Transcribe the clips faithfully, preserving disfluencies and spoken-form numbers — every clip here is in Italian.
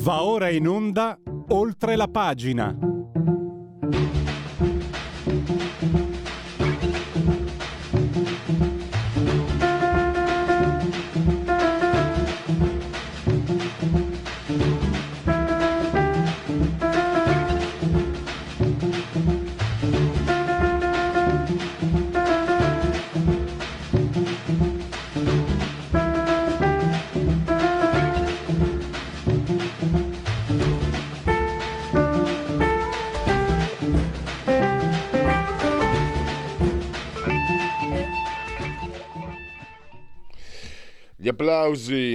Va ora in onda Oltre la pagina. Gli applausi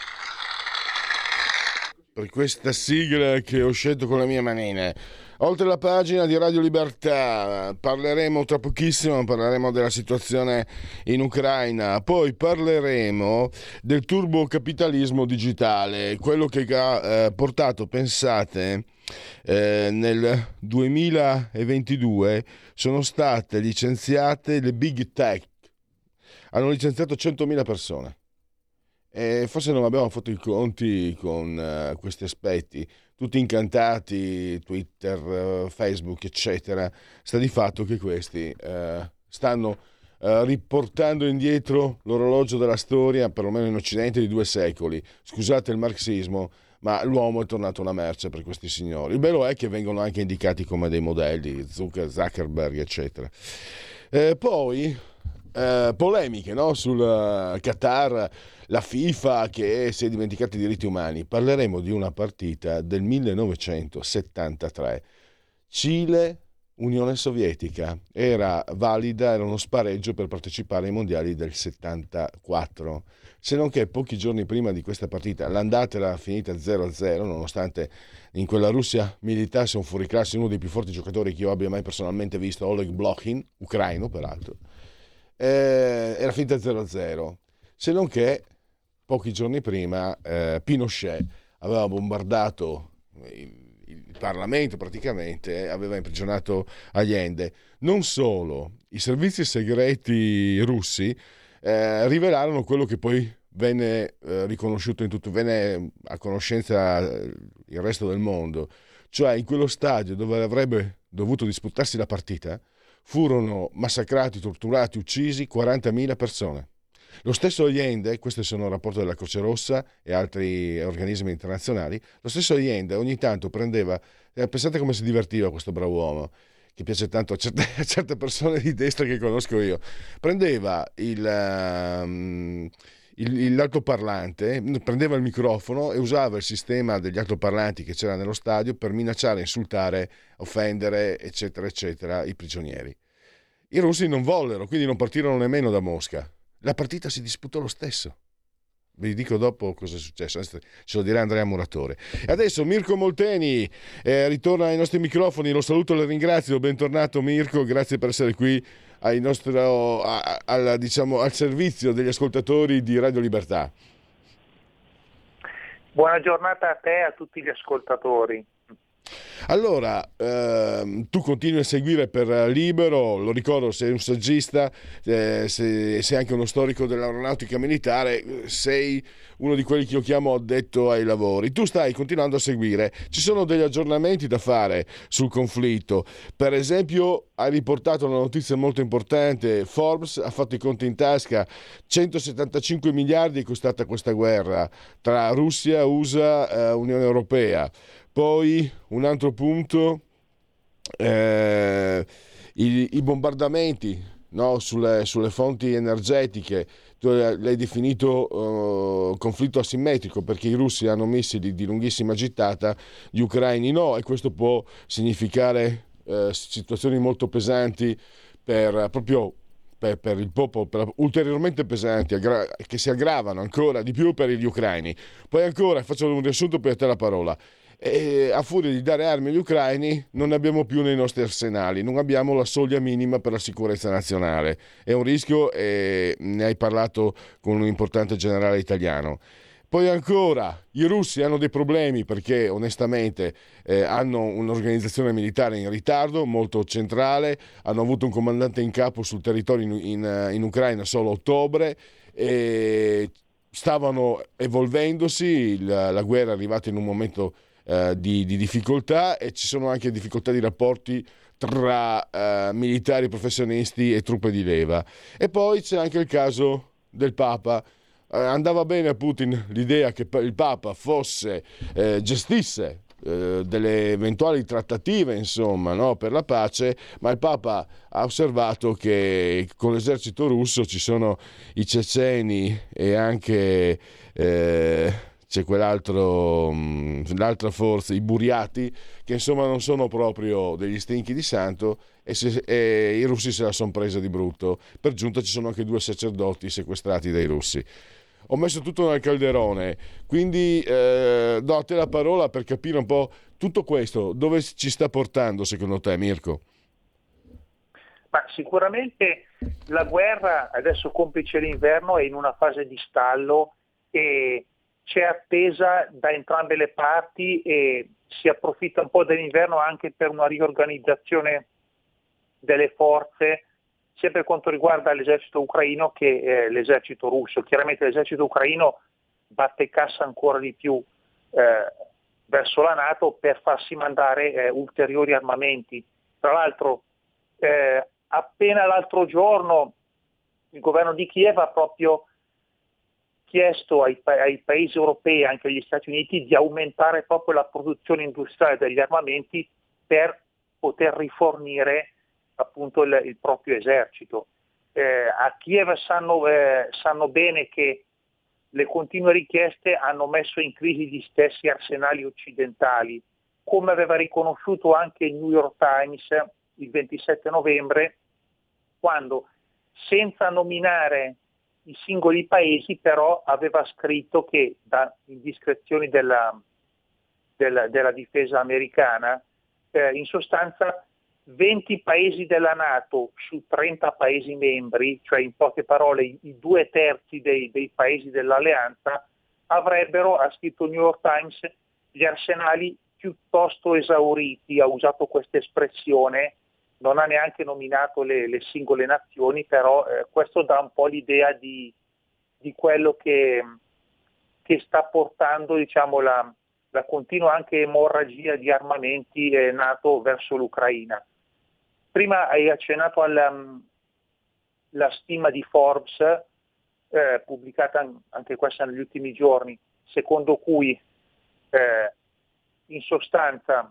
per questa sigla che ho scelto con la mia manina. Oltre la pagina di Radio Libertà parleremo tra pochissimo, parleremo della situazione in Ucraina, poi parleremo del turbocapitalismo digitale, quello che ha eh, portato, pensate, eh, nel duemilaventidue sono state licenziate le big tech, hanno licenziato centomila persone. E forse non abbiamo fatto i conti con uh, questi aspetti, tutti incantati, Twitter, uh, Facebook, eccetera. Sta di fatto che questi uh, stanno uh, riportando indietro l'orologio della storia, perlomeno in Occidente, di due secoli. Scusate il marxismo, ma l'uomo è tornato una merce per questi signori. Il bello è che vengono anche indicati come dei modelli, Zuckerberg, eccetera. Eh, poi eh, polemiche, no? Sul uh, Qatar, la FIFA che si è dimenticata i diritti umani. Parleremo di una partita del millenovecentosettantatré, Cile-Unione Sovietica. Era valida, era uno spareggio per partecipare ai mondiali del settantaquattro. Se non che pochi giorni prima di questa partita l'andata era finita zero a zero, nonostante in quella Russia militasse un fuoriclasse, uno dei più forti giocatori che io abbia mai personalmente visto, Oleg Blokhin, ucraino peraltro. Eh, era finita zero a zero. Se non che pochi giorni prima eh, Pinochet aveva bombardato il, il Parlamento, praticamente aveva imprigionato Allende. Non solo, i servizi segreti russi eh, rivelarono quello che poi venne eh, riconosciuto in tutto, venne a conoscenza il resto del mondo, cioè in quello stadio dove avrebbe dovuto disputarsi la partita furono massacrati, torturati, uccisi quarantamila persone. Lo stesso Allende, questi sono rapporti della Croce Rossa e altri organismi internazionali, lo stesso Allende ogni tanto prendeva, eh, pensate come si divertiva questo bravo uomo, che piace tanto a certe, a certe persone di destra che conosco io, prendeva il, um, il, l'altoparlante, prendeva il microfono e usava il sistema degli altoparlanti che c'era nello stadio per minacciare, insultare, offendere, eccetera, eccetera, i prigionieri. I russi non vollero, quindi non partirono nemmeno da Mosca. La partita si disputò lo stesso. Vi dico dopo cosa è successo, ce lo dirà Andrea Muratore. E adesso Mirko Molteni eh, ritorna ai nostri microfoni, lo saluto e lo ringrazio. Bentornato Mirko, grazie per essere qui ai nostri, a, a, a, diciamo, al servizio degli ascoltatori di Radio Libertà. Buona giornata a te e a tutti gli ascoltatori. Allora, ehm, tu continui a seguire per Libero, lo ricordo, sei un saggista, eh, sei, sei anche uno storico dell'aeronautica militare, sei uno di quelli che io chiamo addetto ai lavori. Tu stai continuando a seguire, ci sono degli aggiornamenti da fare sul conflitto. Per esempio, hai riportato una notizia molto importante, Forbes ha fatto i conti in tasca, centosettantacinque miliardi è costata questa guerra tra Russia, U S A, eh, Unione Europea. Poi un altro punto, eh, i, i bombardamenti, no, sulle, sulle fonti energetiche. Tu l'hai definito uh, conflitto asimmetrico perché i russi hanno missili di lunghissima gittata, gli ucraini no, e questo può significare uh, situazioni molto pesanti per proprio per, per il popolo, per, ulteriormente pesanti, aggra- che si aggravano ancora di più per gli ucraini. Poi ancora, faccio un riassunto per te la parola. E a furia di dare armi agli ucraini non ne abbiamo più nei nostri arsenali, non abbiamo la soglia minima per la sicurezza nazionale, è un rischio e ne hai parlato con un importante generale italiano. Poi ancora i russi hanno dei problemi perché onestamente eh, hanno un'organizzazione militare in ritardo, molto centrale, hanno avuto un comandante in capo sul territorio in, in, in Ucraina solo a ottobre e stavano evolvendosi, la, la guerra è arrivata in un momento eh, di, di difficoltà, e ci sono anche difficoltà di rapporti tra eh, militari professionisti e truppe di leva. E poi c'è anche il caso del Papa. Eh, andava bene a Putin l'idea che il Papa fosse eh, gestisse eh, delle eventuali trattative, insomma, no, per la pace, ma il Papa ha osservato che con l'esercito russo ci sono i ceceni e anche eh, c'è quell'altro mh, l'altra forza, i buriati, che insomma non sono proprio degli stinchi di santo, e, se, e i russi se la sono presa di brutto. Per giunta ci sono anche due sacerdoti sequestrati dai russi. Ho messo tutto nel calderone, quindi eh, do a te la parola per capire un po' tutto questo, dove ci sta portando secondo te, Mirko? Ma sicuramente la guerra, adesso complice l'inverno, è in una fase di stallo e c'è attesa da entrambe le parti, e si approfitta un po' dell'inverno anche per una riorganizzazione delle forze, sia per quanto riguarda l'esercito ucraino che eh, l'esercito russo. Chiaramente l'esercito ucraino batte cassa ancora di più eh, verso la NATO per farsi mandare eh, ulteriori armamenti. Tra l'altro eh, appena l'altro giorno il governo di Kiev ha proprio chiesto ai, pa- ai paesi europei, anche agli Stati Uniti, di aumentare proprio la produzione industriale degli armamenti per poter rifornire appunto il, il proprio esercito. Eh, a Kiev sanno, eh, sanno bene che le continue richieste hanno messo in crisi gli stessi arsenali occidentali, come aveva riconosciuto anche il New York Times il ventisette novembre, quando, senza nominare i singoli paesi, però aveva scritto che da indiscrezioni della, della, della difesa americana, eh, in sostanza venti paesi della NATO su trenta paesi membri, cioè in poche parole i, i due terzi dei, dei paesi dell'alleanza, avrebbero, ha scritto il New York Times, gli arsenali piuttosto esauriti. Ha usato questa espressione, non ha neanche nominato le, le singole nazioni, però eh, questo dà un po' l'idea di, di quello che, che sta portando, diciamo, la, la continua anche emorragia di armamenti eh, NATO verso l'Ucraina. Prima hai accennato alla la stima di Forbes, eh, pubblicata anche questa negli ultimi giorni, secondo cui eh, in sostanza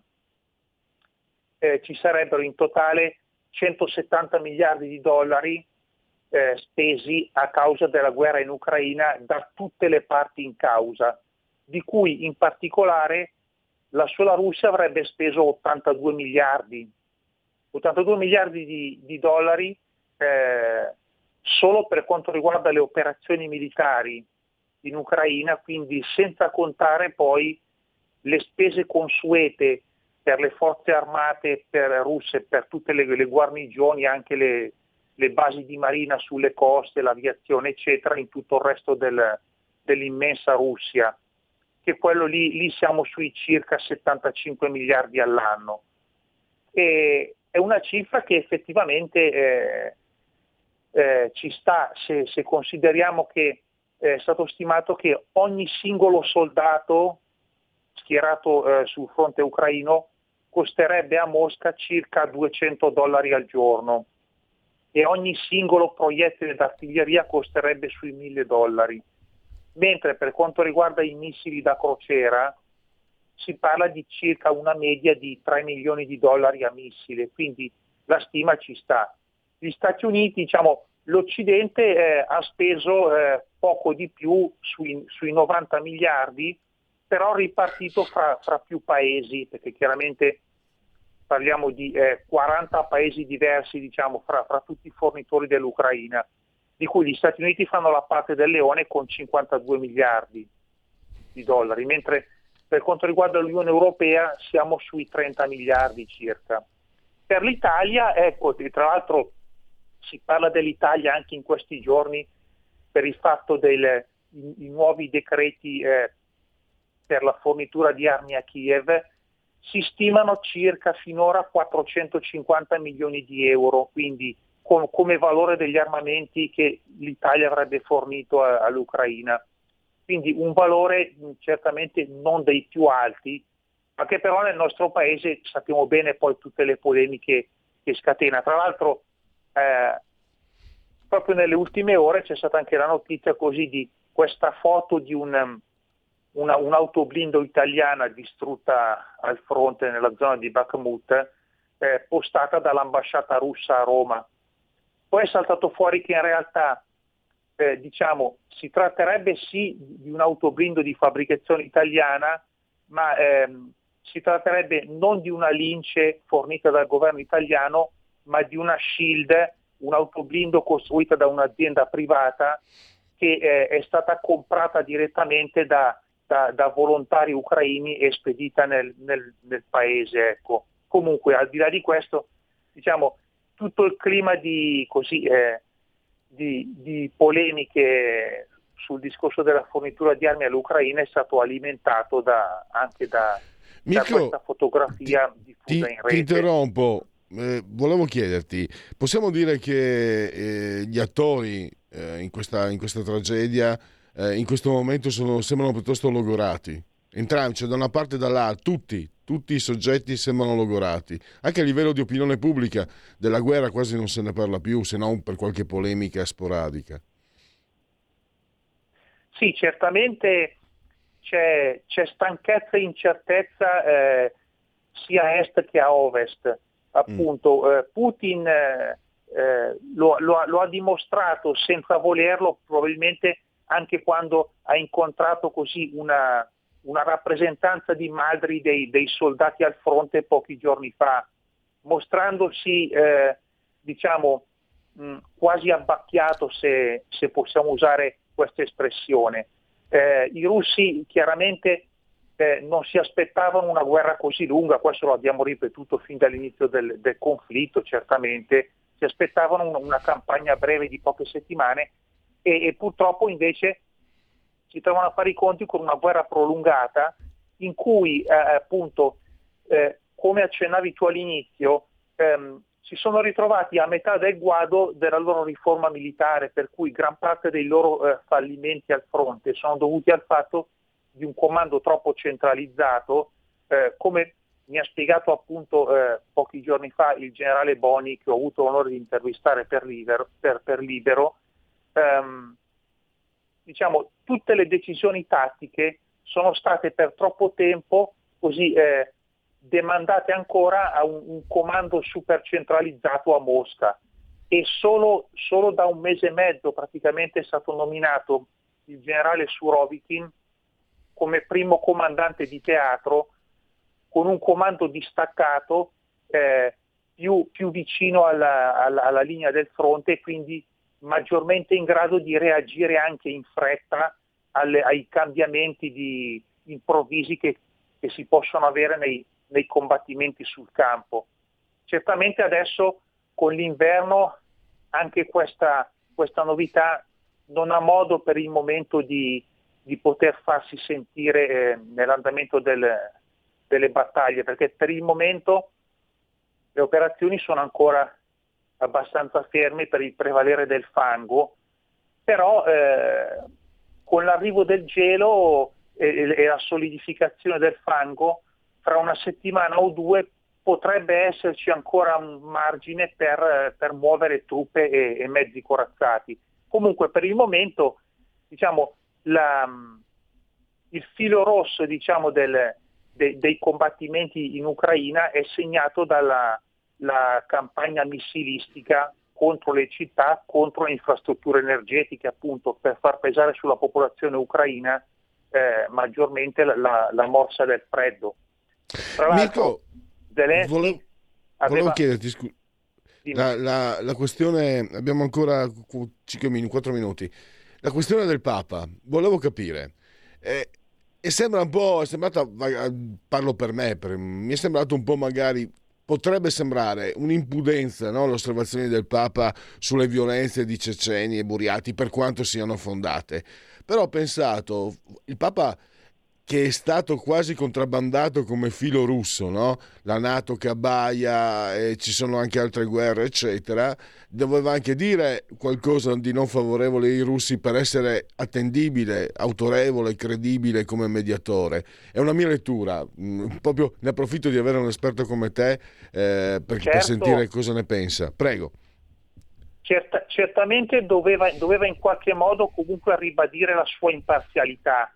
eh, ci sarebbero in totale centosettanta miliardi di dollari eh, spesi a causa della guerra in Ucraina da tutte le parti in causa, di cui in particolare la sola Russia avrebbe speso ottantadue miliardi. ottantadue miliardi di, di dollari eh, solo per quanto riguarda le operazioni militari in Ucraina, quindi senza contare poi le spese consuete per le forze armate per russe, per tutte le, le guarnigioni, anche le, le basi di marina sulle coste, l'aviazione eccetera, in tutto il resto del, dell'immensa Russia, che quello lì, lì siamo sui circa settantacinque miliardi all'anno. E, è una cifra che effettivamente eh, eh, ci sta, se, se consideriamo che è stato stimato che ogni singolo soldato schierato eh, sul fronte ucraino costerebbe a Mosca circa duecento dollari al giorno, e ogni singolo proiettile d'artiglieria costerebbe sui mille dollari, mentre per quanto riguarda i missili da crociera si parla di circa una media di tre milioni di dollari a missile, quindi la stima ci sta. Gli Stati Uniti, diciamo, l'Occidente eh, ha speso eh, poco di più sui, sui novanta miliardi, però ripartito fra, fra più paesi, perché chiaramente parliamo di eh, quaranta paesi diversi, diciamo, fra, fra tutti i fornitori dell'Ucraina, di cui gli Stati Uniti fanno la parte del leone con cinquantadue miliardi di dollari, mentre per quanto riguarda l'Unione Europea siamo sui trenta miliardi circa. Per l'Italia, ecco, tra l'altro si parla dell'Italia anche in questi giorni per il fatto dei nuovi decreti eh, per la fornitura di armi a Kiev, si stimano circa finora quattrocentocinquanta milioni di euro, quindi com- come valore degli armamenti che l'Italia avrebbe fornito a- all'Ucraina. quindi un valore certamente non dei più alti, ma che però nel nostro paese sappiamo bene poi tutte le polemiche che scatena. Tra l'altro eh, proprio nelle ultime ore c'è stata anche la notizia così di questa foto di un, una, un'autoblindo italiana distrutta al fronte nella zona di Bakhmut, eh, postata dall'ambasciata russa a Roma. Poi è saltato fuori che in realtà eh, diciamo si tratterebbe sì di un autoblindo di fabbricazione italiana, ma ehm, si tratterebbe non di una Lince fornita dal governo italiano, ma di una Shield, un autoblindo costruita da un'azienda privata che eh, è stata comprata direttamente da, da, da volontari ucraini e spedita nel, nel, nel paese. Ecco. Comunque, al di là di questo, diciamo, tutto il clima di, così, eh, di, di polemiche sul discorso della fornitura di armi all'Ucraina è stato alimentato da, anche da, da questa fotografia ti, diffusa ti, in rete. Ti interrompo, eh, volevo chiederti, possiamo dire che eh, gli attori eh, in, questa, in questa tragedia eh, in questo momento sono, sembrano piuttosto logorati? Entrambi, cioè da una parte e dall'altra, tutti, tutti i soggetti sembrano logorati. Anche a livello di opinione pubblica della guerra quasi non se ne parla più, se non per qualche polemica sporadica. Sì, certamente c'è, c'è stanchezza e incertezza eh, sia a est che a ovest. Appunto, mm. eh, Putin eh, eh, lo, lo, lo ha dimostrato senza volerlo, probabilmente anche quando ha incontrato così una, una rappresentanza di madri dei, dei soldati al fronte pochi giorni fa, mostrandosi eh, diciamo mh, quasi abbacchiato, se, se possiamo usare questa espressione. Eh, I russi chiaramente eh, non si aspettavano una guerra così lunga, questo lo abbiamo ripetuto fin dall'inizio del, del conflitto, certamente si aspettavano una, una campagna breve di poche settimane e, e purtroppo invece si trovano a fare i conti con una guerra prolungata in cui eh, appunto eh, come accennavi tu all'inizio ehm, si sono ritrovati a metà del guado della loro riforma militare, per cui gran parte dei loro eh, fallimenti al fronte sono dovuti al fatto di un comando troppo centralizzato, eh, come mi ha spiegato appunto eh, pochi giorni fa il generale Boni, che ho avuto l'onore di intervistare per Libero, per, per Libero ehm, diciamo tutte le decisioni tattiche sono state per troppo tempo così eh, demandate ancora a un, un comando super centralizzato a Mosca, e solo, solo da un mese e mezzo praticamente è stato nominato il generale Surovikin come primo comandante di teatro, con un comando distaccato eh, più, più vicino alla, alla, alla linea del fronte e quindi maggiormente in grado di reagire anche in fretta alle, ai cambiamenti di, improvvisi che, che si possono avere nei, nei combattimenti sul campo. Certamente adesso con l'inverno anche questa, questa novità non ha modo per il momento di, di poter farsi sentire eh, nell'andamento del, delle battaglie, perché per il momento le operazioni sono ancora abbastanza ferme per il prevalere del fango, però eh, con l'arrivo del gelo e, e la solidificazione del fango, fra una settimana o due potrebbe esserci ancora un margine per, per muovere truppe e, e mezzi corazzati. Comunque per il momento diciamo la, il filo rosso diciamo del, de, dei combattimenti in Ucraina è segnato dalla la campagna missilistica contro le città, contro le infrastrutture energetiche, appunto per far pesare sulla popolazione ucraina eh, maggiormente la, la, la morsa del freddo. Tra l'altro Zelensky volevo, aveva... volevo chiederti scu... la, la, la questione, abbiamo ancora cinque minuti, quattro minuti, la questione del Papa, volevo capire eh, e sembra un po', è sembrata, parlo per me, per, mi è sembrato un po' magari, potrebbe sembrare un'impudenza, no? Le osservazioni del Papa sulle violenze di ceceni e buriati, per quanto siano fondate. Però ho pensato, il Papa che è stato quasi contrabbandato come filo russo, no? La NATO che abbaia e ci sono anche altre guerre, eccetera, doveva anche dire qualcosa di non favorevole ai russi per essere attendibile, autorevole, credibile come mediatore. È una mia lettura, mh, proprio ne approfitto di avere un esperto come te eh, per, certo, per sentire cosa ne pensa. Prego. Certa, certamente doveva, doveva in qualche modo comunque ribadire la sua imparzialità.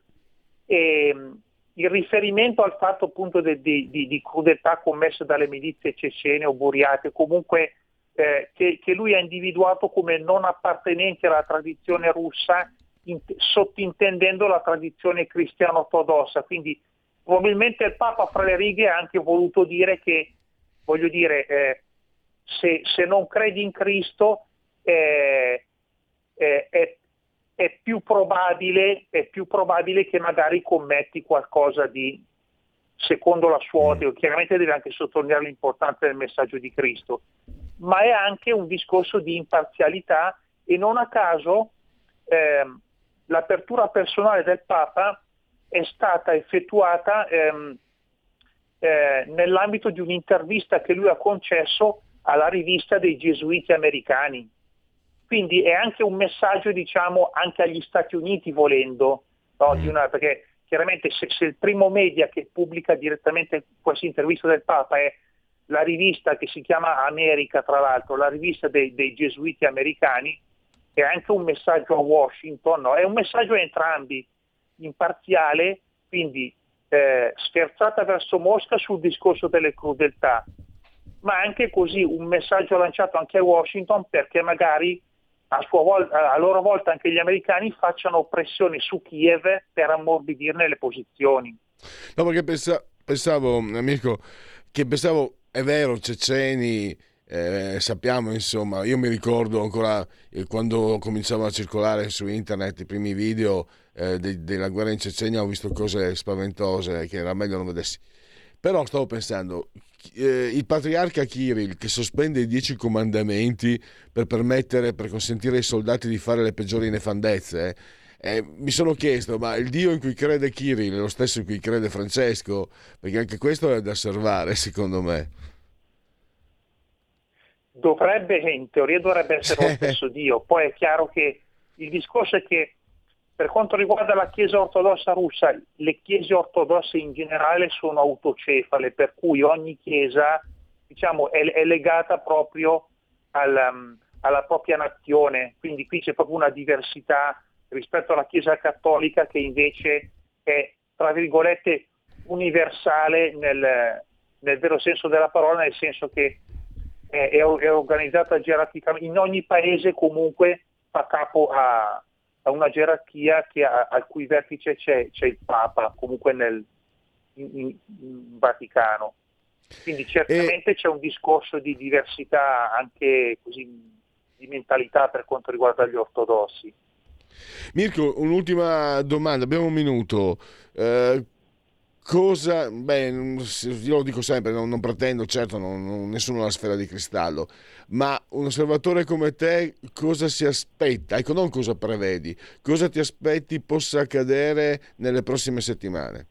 E il riferimento al fatto appunto di, di, di crudeltà commesse dalle milizie cecene o buriate, comunque eh, che, che lui ha individuato come non appartenenti alla tradizione russa, in, sottintendendo la tradizione cristiana ortodossa. Quindi probabilmente il Papa fra le righe ha anche voluto dire che, voglio dire, eh, se, se non credi in Cristo eh, eh, è è più probabile, è più probabile che magari commetti qualcosa di, secondo la sua ottica. Chiaramente deve anche sottolineare l'importanza del messaggio di Cristo, ma è anche un discorso di imparzialità, e non a caso ehm, l'apertura personale del Papa è stata effettuata ehm, eh, nell'ambito di un'intervista che lui ha concesso alla rivista dei Gesuiti americani. Quindi è anche un messaggio, diciamo, anche agli Stati Uniti, volendo, no? Di una, perché chiaramente se, se il primo media che pubblica direttamente questa intervista del Papa è la rivista che si chiama America, tra l'altro, la rivista dei, dei Gesuiti americani, è anche un messaggio a Washington, no? È un messaggio a entrambi, imparziale, quindi eh, sferzata verso Mosca sul discorso delle crudeltà, ma anche così un messaggio lanciato anche a Washington perché magari a, sua volta, a loro volta anche gli americani facciano pressione su Kiev per ammorbidirne le posizioni. No, perché pensa, pensavo, Mirko, che pensavo, è vero, ceceni, eh, sappiamo, insomma, io mi ricordo ancora eh, quando cominciavano a circolare su internet i primi video eh, de, della guerra in Cecenia, ho visto cose spaventose che era meglio non vedessi. Però stavo pensando, eh, il patriarca Kirill che sospende i dieci comandamenti per permettere, per consentire ai soldati di fare le peggiori nefandezze, eh, eh, mi sono chiesto, ma il Dio in cui crede Kirill è lo stesso in cui crede Francesco? Perché anche questo è da osservare, secondo me. Dovrebbe, in teoria dovrebbe essere lo stesso Dio. Poi è chiaro che il discorso è che per quanto riguarda la Chiesa ortodossa russa, le chiese ortodosse in generale sono autocefale, per cui ogni chiesa, diciamo, è, è legata proprio al, um, alla propria nazione, quindi qui c'è proprio una diversità rispetto alla Chiesa cattolica che invece è, tra virgolette, universale nel, nel vero senso della parola, nel senso che è, è organizzata gerarchicamente, in ogni paese comunque fa capo a a una gerarchia che ha, al cui vertice c'è, c'è il Papa, comunque nel in, in, in Vaticano. Quindi certamente e... c'è un discorso di diversità anche così di mentalità per quanto riguarda gli ortodossi. Mirko, un'ultima domanda, abbiamo un minuto. Eh, cosa, beh, io lo dico sempre, non, non pretendo, certo, non, non, nessuno ha la sfera di cristallo, ma un osservatore come te cosa si aspetta? Ecco, non cosa prevedi, cosa ti aspetti possa accadere nelle prossime settimane?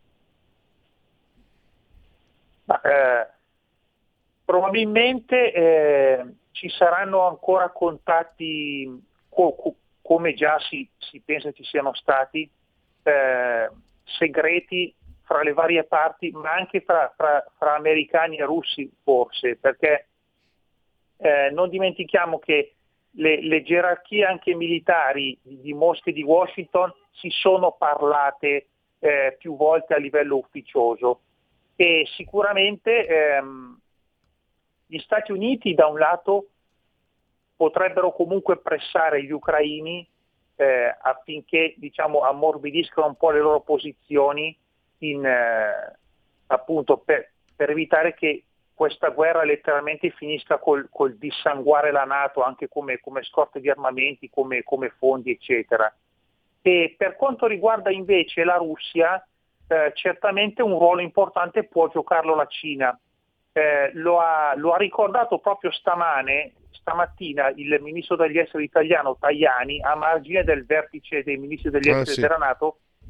Ma, eh, probabilmente eh, ci saranno ancora contatti co- co- come già si, si pensa ci siano stati, eh, segreti fra le varie parti, ma anche fra, fra, fra americani e russi forse, perché eh, non dimentichiamo che le, le gerarchie anche militari di, di Mosca e di Washington si sono parlate eh, più volte a livello ufficioso, e sicuramente ehm, gli Stati Uniti da un lato potrebbero comunque pressare gli ucraini eh, affinché, diciamo, ammorbidiscano un po' le loro posizioni in, eh, appunto per, per evitare che questa guerra letteralmente finisca col, col dissanguare la NATO anche come, come scorte di armamenti, come, come fondi, eccetera. E per quanto riguarda invece la Russia, eh, certamente un ruolo importante può giocarlo la Cina. Eh, lo, ha, lo ha ricordato proprio stamane, stamattina il ministro degli esteri italiano Tajani, a margine del vertice dei ministri degli esteri ah, sì. della NATO,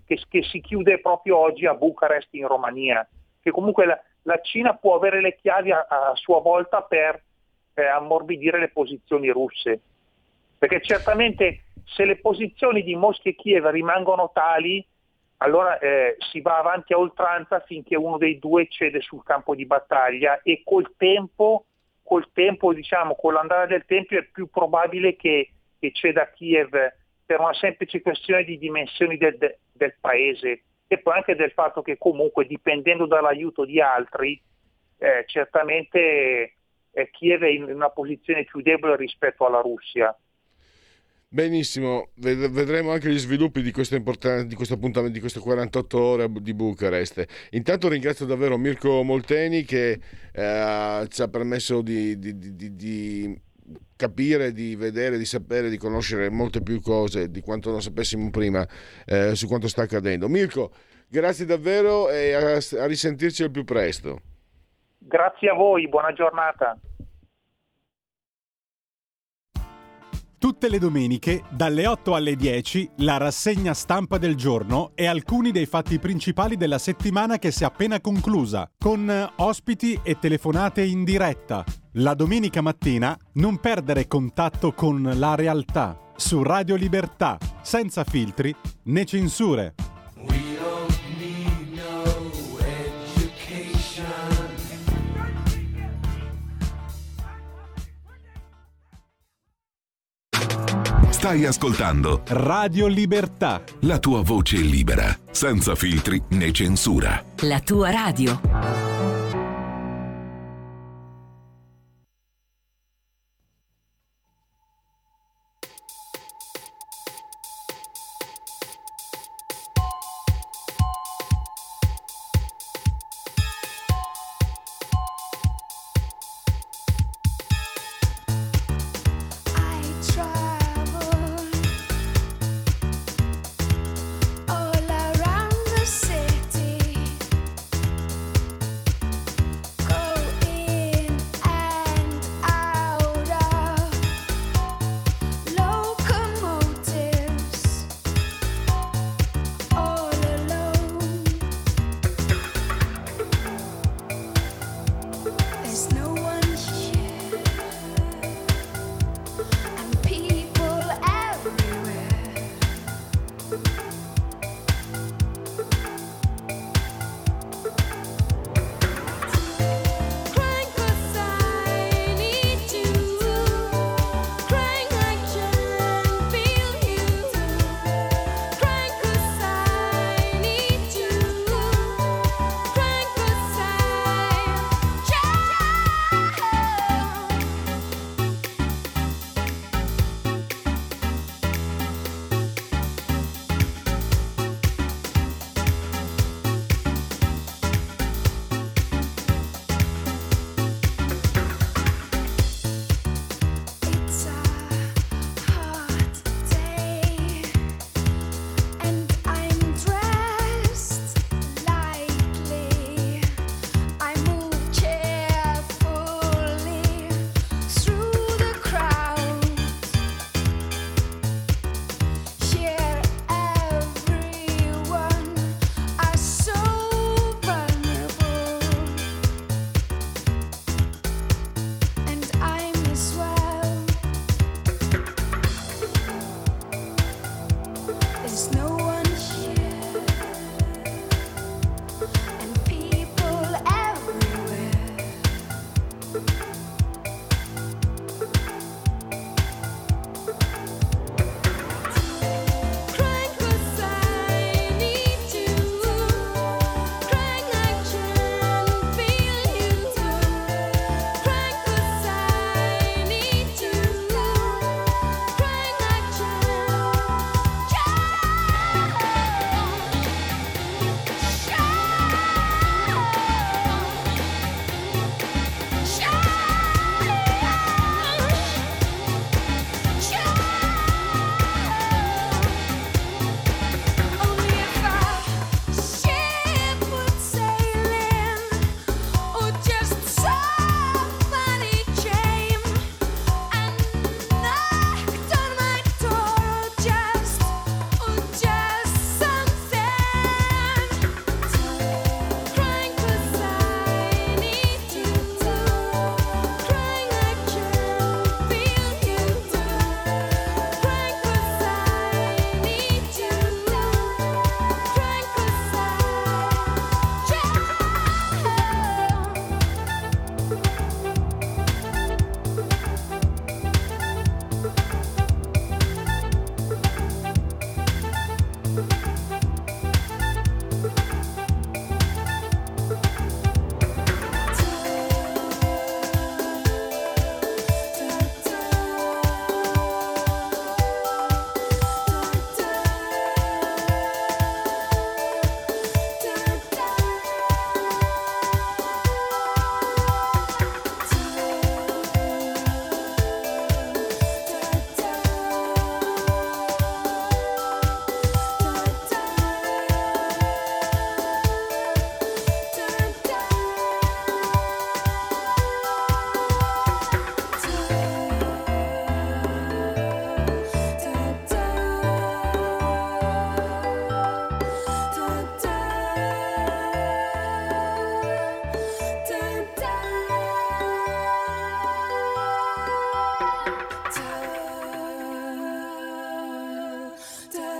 che, che si chiude proprio oggi a Bucarest in Romania, che comunque la, la Cina può avere le chiavi a, a sua volta per eh, ammorbidire le posizioni russe, perché certamente se le posizioni di Mosca e Kiev rimangono tali, allora eh, si va avanti a oltranza finché uno dei due cede sul campo di battaglia, e col tempo, col tempo diciamo, con l'andare del tempo è più probabile che, che ceda Kiev, per una semplice questione di dimensioni del, del paese, e poi anche del fatto che comunque, dipendendo dall'aiuto di altri, eh, certamente eh, Kiev è in una posizione più debole rispetto alla Russia. Benissimo, vedremo anche gli sviluppi di questo importante, di questo appuntamento, di queste quarantotto ore di Bucarest. Intanto ringrazio davvero Mirko Molteni che eh, ci ha permesso di, di, di, di capire, di vedere, di sapere, di conoscere molte più cose di quanto non sapessimo prima eh, su quanto sta accadendo. Mirko, grazie davvero e a, a risentirci al più presto. Grazie a voi, buona giornata. Tutte le domeniche, dalle otto alle dieci, la rassegna stampa del giorno e alcuni dei fatti principali della settimana che si è appena conclusa, con ospiti e telefonate in diretta. La domenica mattina non perdere contatto con la realtà, su Radio Libertà, senza filtri né censure. Stai ascoltando Radio Libertà, la tua voce libera, senza filtri né censura. La tua radio. All around the city,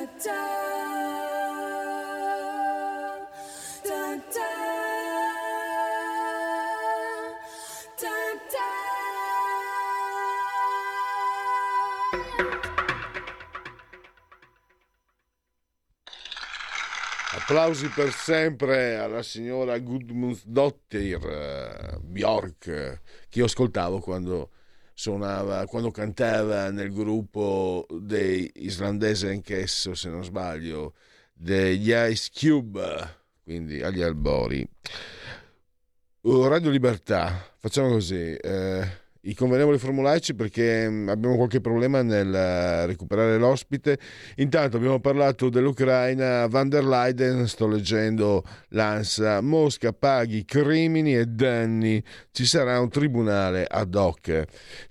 Applausi per sempre alla signora Gudmundsdottir uh, Björk, che io ascoltavo quando suonava, quando cantava nel gruppo dei islandese anch'esso, se non sbaglio, degli Ice Cube, quindi agli albori. Uh, Radio Libertà, facciamo così, eh, i convenevoli formulaici, perché abbiamo qualche problema nel recuperare l'ospite. Intanto abbiamo parlato dell'Ucraina. Van der Leyen, sto leggendo l'ANSA, Mosca paghi crimini e danni, ci sarà un tribunale ad hoc.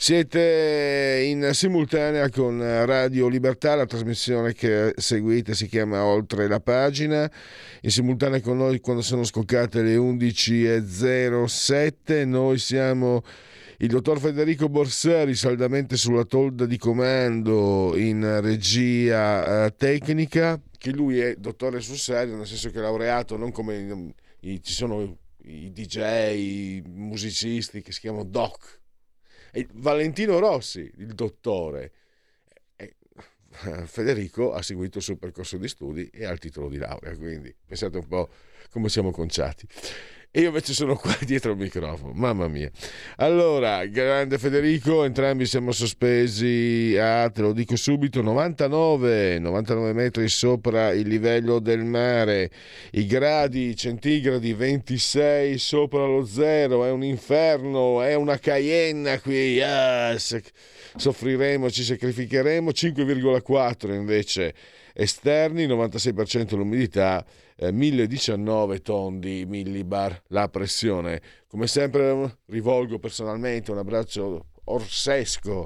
Siete in simultanea con Radio Libertà, la trasmissione che seguite si chiama Oltre la pagina, in simultanea con noi quando sono scoccate le undici e zero sette. Noi siamo il dottor Federico Borsari, saldamente sulla tolda di comando in regia eh, tecnica, che lui è dottore sul serio, nel senso che è laureato, non come i, i, ci sono i D J, i musicisti che si chiamano doc. E Valentino Rossi, il dottore. E Federico ha seguito il suo percorso di studi e ha il titolo di laurea, quindi pensate un po' come siamo conciati. E io invece sono qua dietro il microfono, mamma mia. Allora, grande Federico, entrambi siamo sospesi a, te lo dico subito, novantanove metri sopra il livello del mare, i gradi centigradi ventisei sopra lo zero, è un inferno, è una Cayenne qui, yes. Soffriremo, ci sacrificheremo. Cinque virgola quattro invece esterni, novantasei per cento l'umidità, eh, mille diciannove tondi millibar la pressione. Come sempre rivolgo personalmente un abbraccio orsesco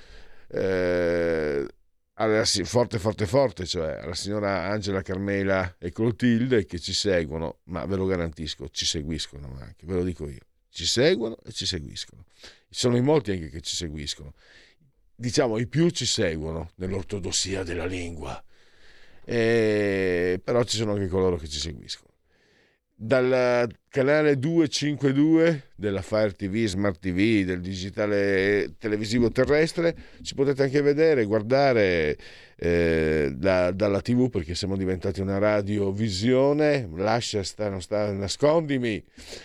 eh, alla, forte forte forte, cioè alla signora Angela, Carmela e Clotilde, che ci seguono, ma ve lo garantisco, ci seguiscono anche, ve lo dico io, ci seguono e ci seguiscono. Sono in molti anche che ci seguiscono, diciamo i più ci seguono nell'ortodossia della lingua. Eh, però ci sono anche coloro che ci seguiscono dal canale duecentocinquantadue della Fire T V, Smart T V, del digitale televisivo terrestre. Ci potete anche vedere, guardare eh, da, dalla tivù, perché siamo diventati una radiovisione. Lascia stare, non sta, nascondimi.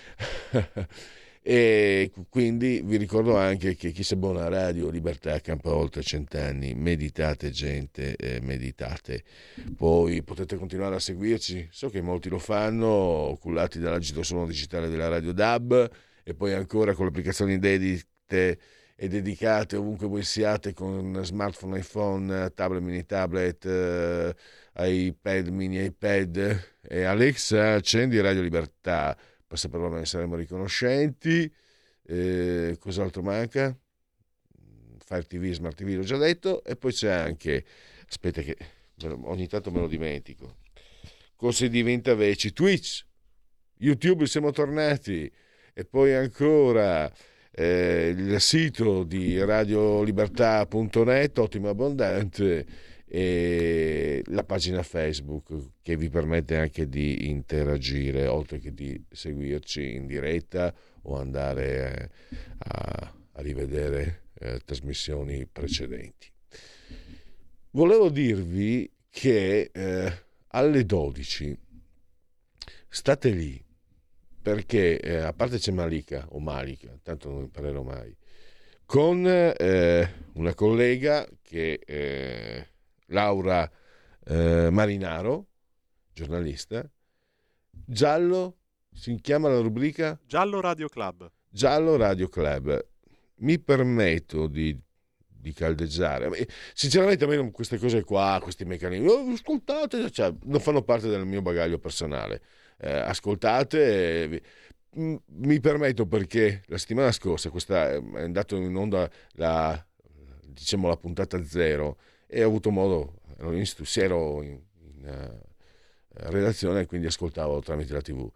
E quindi vi ricordo anche che chi si abbona a Radio Libertà campa oltre cent'anni. Meditate gente, eh, meditate. Poi potete continuare a seguirci, so che molti lo fanno, cullati dall'agito suono digitale della Radio D A B, e poi ancora con le applicazioni dedite e dedicate ovunque voi siate, con smartphone, iPhone, tablet, mini tablet, eh, iPad, mini iPad e Alexa, accendi Radio Libertà. Passaparola, ne saremo riconoscenti. Eh, cos'altro manca? Fire T V, Smart T V, l'ho già detto. E poi c'è anche, aspetta che ogni tanto me lo dimentico, cosa diventa veci, Twitch, YouTube, siamo tornati. E poi ancora eh, il sito di radiolibertà punto net, ottimo e abbondante, e la pagina Facebook che vi permette anche di interagire, oltre che di seguirci in diretta o andare eh, a, a rivedere eh, trasmissioni precedenti. Volevo dirvi che eh, alle dodici state lì, perché eh, a parte c'è Malika o Malika, tanto non imparerò mai, con eh, una collega che eh, Laura eh, Marinaro, giornalista. Giallo, si chiama la rubrica? Giallo Radio Club. Giallo Radio Club. Mi permetto di, di caldeggiare. Sinceramente a me queste cose qua, questi meccanismi, oh, ascoltate, cioè, non fanno parte del mio bagaglio personale. Eh, ascoltate, eh, mi permetto perché la settimana scorsa, questa è andato in onda la, diciamo, la puntata zero, e ho avuto modo, ero in, ero in, in uh, redazione, quindi ascoltavo tramite la tivù,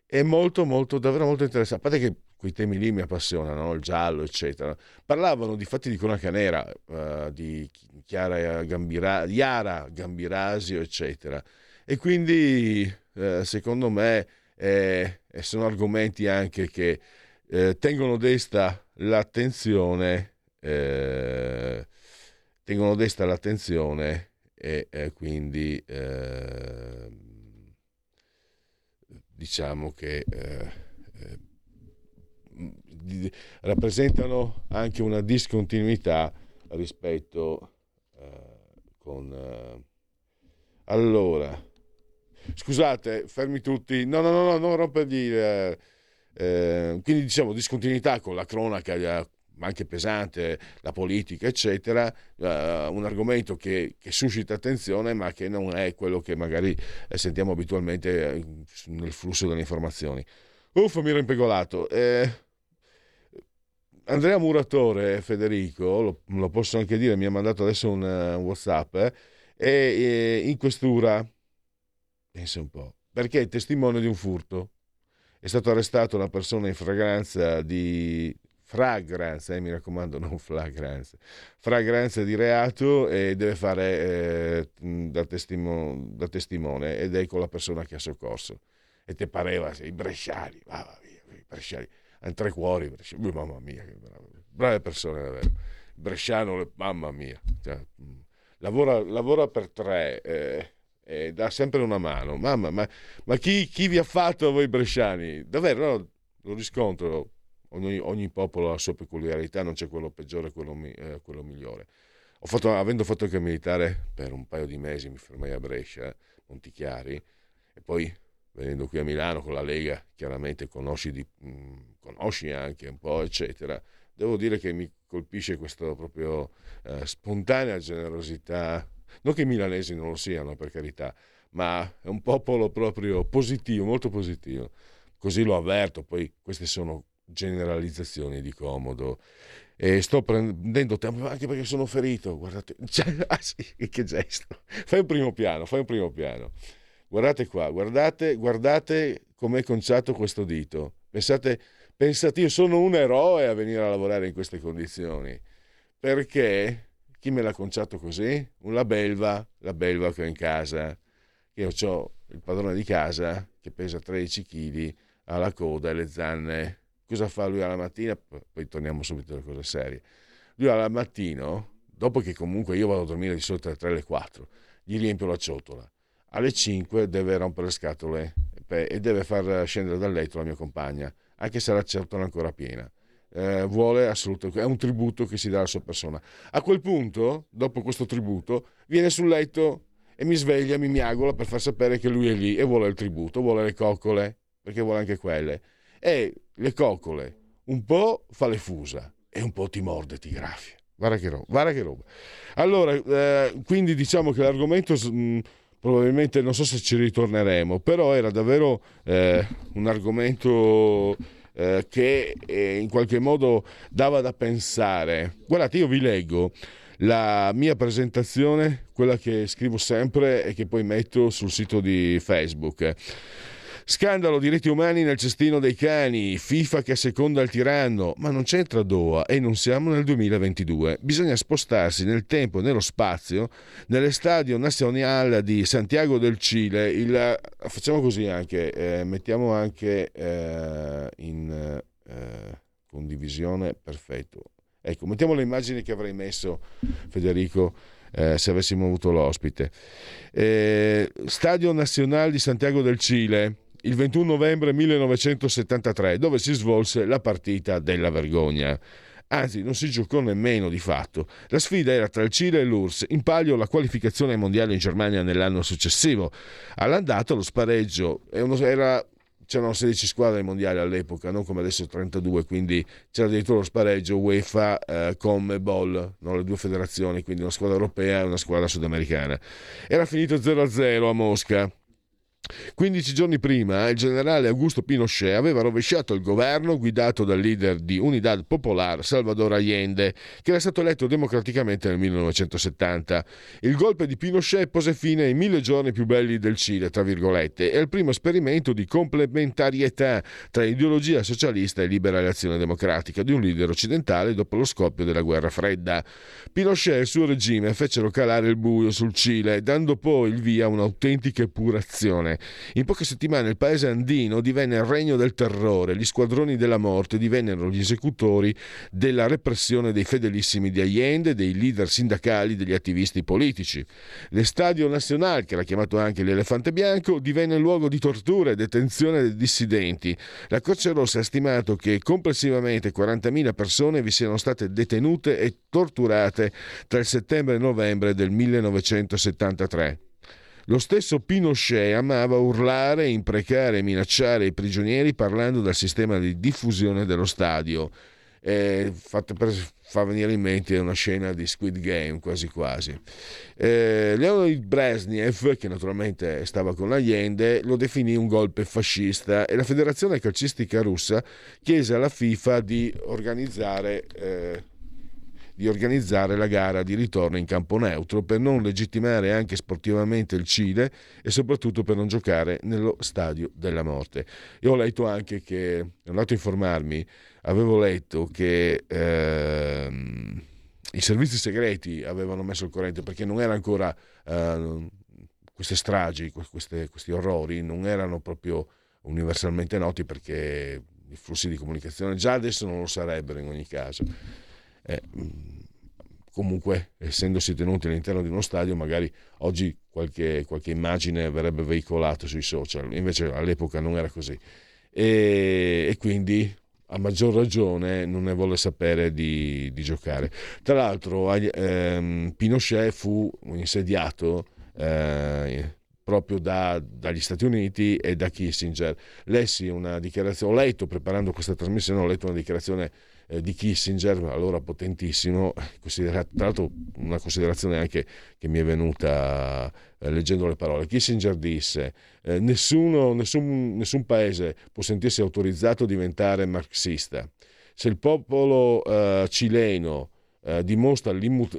è molto molto davvero molto interessante, a parte che quei temi lì mi appassionano, no? Il giallo eccetera. Parlavano di fatti di cronaca nera, uh, di Chiara Gambira, Yara Gambirasio eccetera, e quindi uh, secondo me eh, sono argomenti anche che eh, tengono desta l'attenzione eh, tengono desta l'attenzione e eh, quindi eh, diciamo che eh, eh, rappresentano anche una discontinuità rispetto eh, con eh, allora scusate, fermi tutti, no no no, no non rompergli eh, eh, quindi diciamo discontinuità con la cronaca ma anche pesante, la politica eccetera, uh, un argomento che, che suscita attenzione ma che non è quello che magari eh, sentiamo abitualmente eh, nel flusso delle informazioni. Uffa, mi ero impegolato. eh, Andrea Muratore, Federico, lo, lo posso anche dire, mi ha mandato adesso un, un WhatsApp eh, e in questura, pensa un po', perché è testimone di un furto. È stato arrestato una persona in fragranza di fragranza, eh, mi raccomando, non flagranza, fragranza di reato, e deve fare eh, da, testimo, da testimone ed è con la persona che ha soccorso. E te pareva, i bresciani, mamma mia, i bresciani, hanno tre cuori, bresciani, mamma mia, che brave, brave persone davvero. Bresciano, mamma mia, cioè, lavora, lavora per tre eh, e dà sempre una mano, mamma, ma, ma chi, chi vi ha fatto voi bresciani? Davvero, no, lo riscontro. Ogni, ogni popolo ha la sua peculiarità, non c'è quello peggiore, quello, eh, quello migliore. Ho fatto, avendo fatto anche militare per un paio di mesi, mi fermai a Brescia, Montichiari, e poi venendo qui a Milano con la Lega, chiaramente conosci, di, mh, conosci anche un po', eccetera. Devo dire che mi colpisce questa proprio eh, spontanea generosità, non che i milanesi non lo siano, per carità, ma è un popolo proprio positivo, molto positivo. Così lo avverto, poi queste sono generalizzazioni di comodo e sto prendendo tempo anche perché sono ferito, guardate, cioè, ah sì, che gesto, fai un primo piano, fai un primo piano, guardate qua, guardate, guardate com'è conciato questo dito, pensate, pensate, io sono un eroe a venire a lavorare in queste condizioni, perché chi me l'ha conciato così? La belva, la belva che ho in casa, che io ho il padrone di casa che pesa tredici chili, ha la coda e le zanne. Cosa fa lui alla mattina? Poi torniamo subito alle cose serie. Lui al mattino, dopo che comunque io vado a dormire di solito alle tre alle quattro, gli riempio la ciotola. Alle cinque deve rompere le scatole e deve far scendere dal letto la mia compagna, anche se la ciotola è ancora piena. Eh, vuole assolutamente, è un tributo che si dà alla sua persona. A quel punto, dopo questo tributo, viene sul letto e mi sveglia, mi miagola per far sapere che lui è lì e vuole il tributo, vuole le coccole, perché vuole anche quelle. E le coccole un po' fa le fusa e un po' ti morde, ti graffia. Guarda che roba, guarda che roba. Allora, eh, quindi diciamo che l'argomento mh, probabilmente non so se ci ritorneremo, però era davvero eh, un argomento eh, che eh, in qualche modo dava da pensare. Guardate, io vi leggo la mia presentazione, quella che scrivo sempre e che poi metto sul sito di Facebook. Scandalo diritti umani nel cestino dei cani, FIFA che asseconda il tiranno, ma non c'entra Doha e non siamo nel duemilaventidue. Bisogna spostarsi nel tempo e nello spazio, nell'Estadio Nacional di Santiago del Cile. Il, facciamo così anche, eh, mettiamo anche eh, in eh, condivisione, perfetto. Ecco, mettiamo le immagini che avrei messo, Federico, eh, se avessimo avuto l'ospite. Eh, Stadio Nacional di Santiago del Cile, il ventuno novembre millenovecentosettantatré, dove si svolse la partita della vergogna. Anzi, non si giocò nemmeno di fatto. La sfida era tra il Cile e l'U R S S, in palio la qualificazione ai mondiali in Germania nell'anno successivo. All'andata lo spareggio era... c'erano sedici squadre ai mondiali all'epoca, non come adesso trentadue, quindi c'era addirittura lo spareggio UEFA, eh, CONMEBOL, no? Le due federazioni, quindi una squadra europea e una squadra sudamericana. Era finito zero a zero a Mosca. quindici giorni prima il generale Augusto Pinochet aveva rovesciato il governo guidato dal leader di Unidad Popular Salvador Allende, che era stato eletto democraticamente nel millenovecentosettanta. Il golpe di Pinochet pose fine ai mille giorni più belli del Cile, tra virgolette, e al primo esperimento di complementarietà tra ideologia socialista e libera reazione democratica di un leader occidentale dopo lo scoppio della guerra fredda. Pinochet e il suo regime fecero calare il buio sul Cile, dando poi il via a un'autentica epurazione. In poche settimane il paese andino divenne il regno del terrore, gli squadroni della morte divennero gli esecutori della repressione dei fedelissimi di Allende, dei leader sindacali, degli attivisti politici. L'Estadio Nacional, che era chiamato anche l'Elefante Bianco, divenne luogo di tortura e detenzione dei dissidenti. La Croce Rossa ha stimato che complessivamente quarantamila persone vi siano state detenute e torturate tra il settembre e il novembre del millenovecentosettantatré. Lo stesso Pinochet amava urlare, imprecare e minacciare i prigionieri parlando del sistema di diffusione dello stadio. Eh, fate per, fa venire in mente una scena di Squid Game quasi quasi. Eh, Leonid Brezhnev, che naturalmente stava con Allende, lo definì un golpe fascista e la Federazione Calcistica Russa chiese alla FIFA di organizzare eh, di organizzare la gara di ritorno in campo neutro per non legittimare anche sportivamente il Cile e soprattutto per non giocare nello stadio della morte. Io ho letto anche che, ho andato a informarmi, avevo letto che ehm, i servizi segreti avevano messo il corrente, perché non era ancora eh, queste stragi, queste, questi orrori non erano proprio universalmente noti, perché i flussi di comunicazione già adesso non lo sarebbero in ogni caso. Eh, comunque, essendosi tenuti all'interno di uno stadio, magari oggi qualche, qualche immagine verrebbe veicolato sui social, invece all'epoca non era così, e, e quindi a maggior ragione non ne volle sapere di, di giocare. Tra l'altro ehm, Pinochet fu insediato eh, proprio da, dagli Stati Uniti e da Kissinger. Lessi una dichiarazione, ho letto preparando questa trasmissione, ho letto una dichiarazione di Kissinger, allora potentissimo, tra l'altro una considerazione anche che mi è venuta eh, leggendo le parole. Kissinger disse eh, nessuno, nessun, nessun paese può sentirsi autorizzato a diventare marxista. Se il popolo eh, cileno eh, dimostra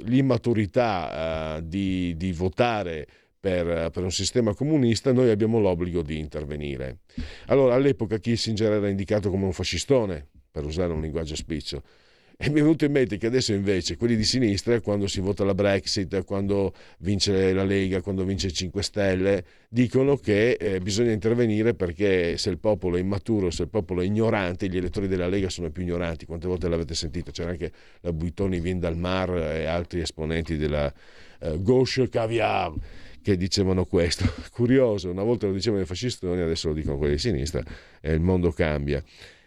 l'immaturità eh, di, di votare Per, per un sistema comunista, noi abbiamo l'obbligo di intervenire. Allora, all'epoca Kissinger era indicato come un fascistone, per usare un linguaggio spiccio, e mi è venuto in mente che adesso invece quelli di sinistra, quando si vota la Brexit, quando vince la Lega, quando vince i cinque Stelle, dicono che eh, bisogna intervenire perché se il popolo è immaturo, se il popolo è ignorante, gli elettori della Lega sono i più ignoranti. Quante volte l'avete sentito? C'era anche la Buitoni Vin dal Mar e altri esponenti della eh, Gauche Caviar che dicevano questo. Curioso, una volta lo dicevano i fascistoni, adesso lo dicono quelli di sinistra, e il mondo cambia.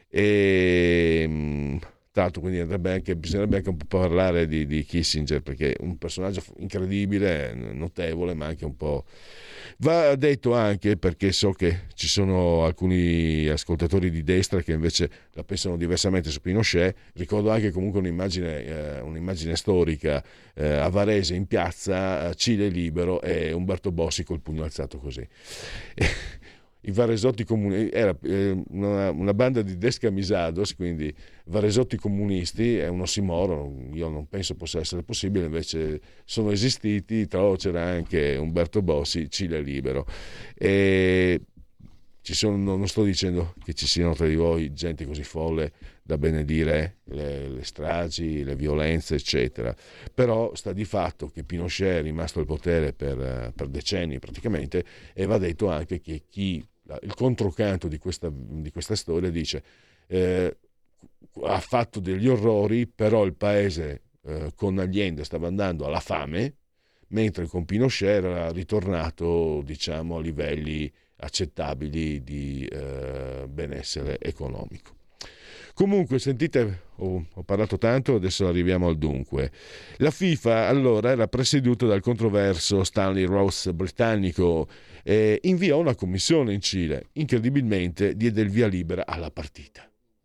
E tanto, quindi andrebbe anche, bisognerebbe anche un po' parlare di, di Kissinger, perché è un personaggio incredibile, notevole, ma anche un po'. Va detto anche, perché so che ci sono alcuni ascoltatori di destra che invece la pensano diversamente su Pinochet, ricordo anche comunque un'immagine, eh, un'immagine storica eh, a Varese in piazza, Cile libero e Umberto Bossi col pugno alzato così. I Varesotti comuni era una, una banda di descamisados, quindi Varesotti comunisti è un ossimoro, io non penso possa essere possibile, invece sono esistiti. Tra l'altro c'era anche Umberto Bossi, Cile libero, e ci sono, non sto dicendo che ci siano tra di voi gente così folle da benedire le, le stragi, le violenze eccetera, però sta di fatto che Pinochet è rimasto al potere per, per decenni praticamente, e va detto anche che chi il controcanto di questa, di questa storia dice eh, ha fatto degli orrori, però il paese eh, con Allende stava andando alla fame, mentre con Pinochet era ritornato, diciamo, a livelli accettabili di eh, benessere economico. Comunque, sentite, oh, ho parlato tanto, adesso arriviamo al dunque. La FIFA allora era presieduta dal controverso Stanley Ross britannico, e inviò una commissione in Cile, incredibilmente diede il via libera alla partita.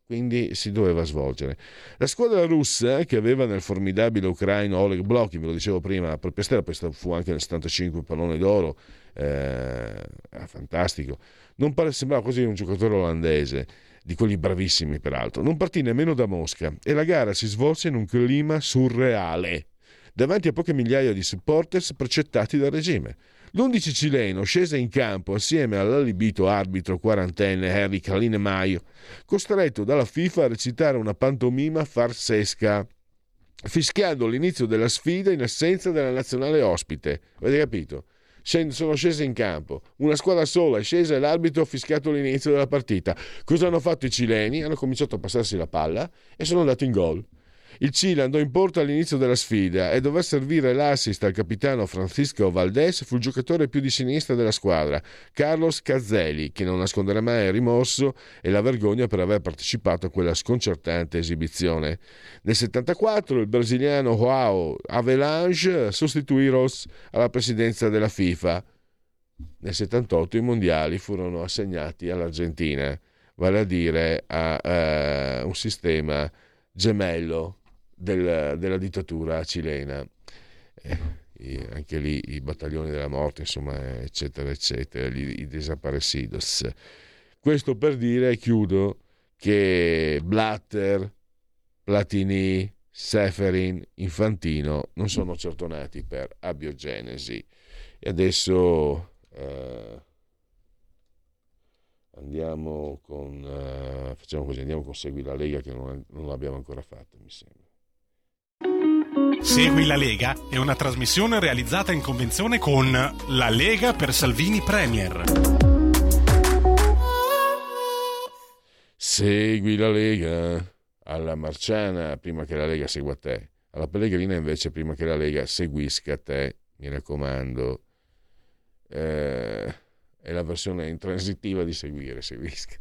quindi si doveva svolgere. La squadra russa, che aveva nel formidabile ucraino Oleg Blokhin, ve lo dicevo prima, la propria stella, poi fu anche nel settantacinque pallone d'oro, eh, fantastico, non pare, sembrava quasi un giocatore olandese, di quelli bravissimi peraltro, non partì nemmeno da Mosca e la gara si svolse in un clima surreale, davanti a poche migliaia di supporters precettati dal regime. L'undici cileno scese in campo assieme all'allibito arbitro quarantenne Henry Kalinemaier, costretto dalla FIFA a recitare una pantomima farsesca, fischiando l'inizio della sfida in assenza della nazionale ospite. Avete capito? Sono scese in campo, una squadra sola è scesa e l'arbitro ha fischiato l'inizio della partita. Cosa hanno fatto i cileni? Hanno cominciato a passarsi la palla e sono andati in gol. Il Cile andò in porto all'inizio della sfida e dover servire l'assist al capitano Francisco Valdés fu il giocatore più di sinistra della squadra, Carlos Cazzelli, che non nasconderà mai il rimorso e la vergogna per aver partecipato a quella sconcertante esibizione. Nel settantaquattro il brasiliano João Avelange sostituì Ross alla presidenza della FIFA. Nel settantotto i mondiali furono assegnati all'Argentina, vale a dire a, a un sistema gemello Del, della dittatura cilena, eh, anche lì i battaglioni della morte, insomma, eccetera eccetera, i, i desaparecidos. Questo per dire, chiudo, che Blatter, Platini, Seferin, Infantino non sono certo nati per abiogenesi. E adesso eh, andiamo con uh, facciamo così, andiamo con Segui la Lega, che non, non l'abbiamo ancora fatto, mi sembra. Segui la Lega è una trasmissione realizzata in convenzione con La Lega per Salvini Premier. Segui la Lega alla Marciana prima che la Lega segua te, alla Pellegrina invece prima che la Lega seguisca te, mi raccomando. Eh, è la versione intransitiva di seguire, seguisca.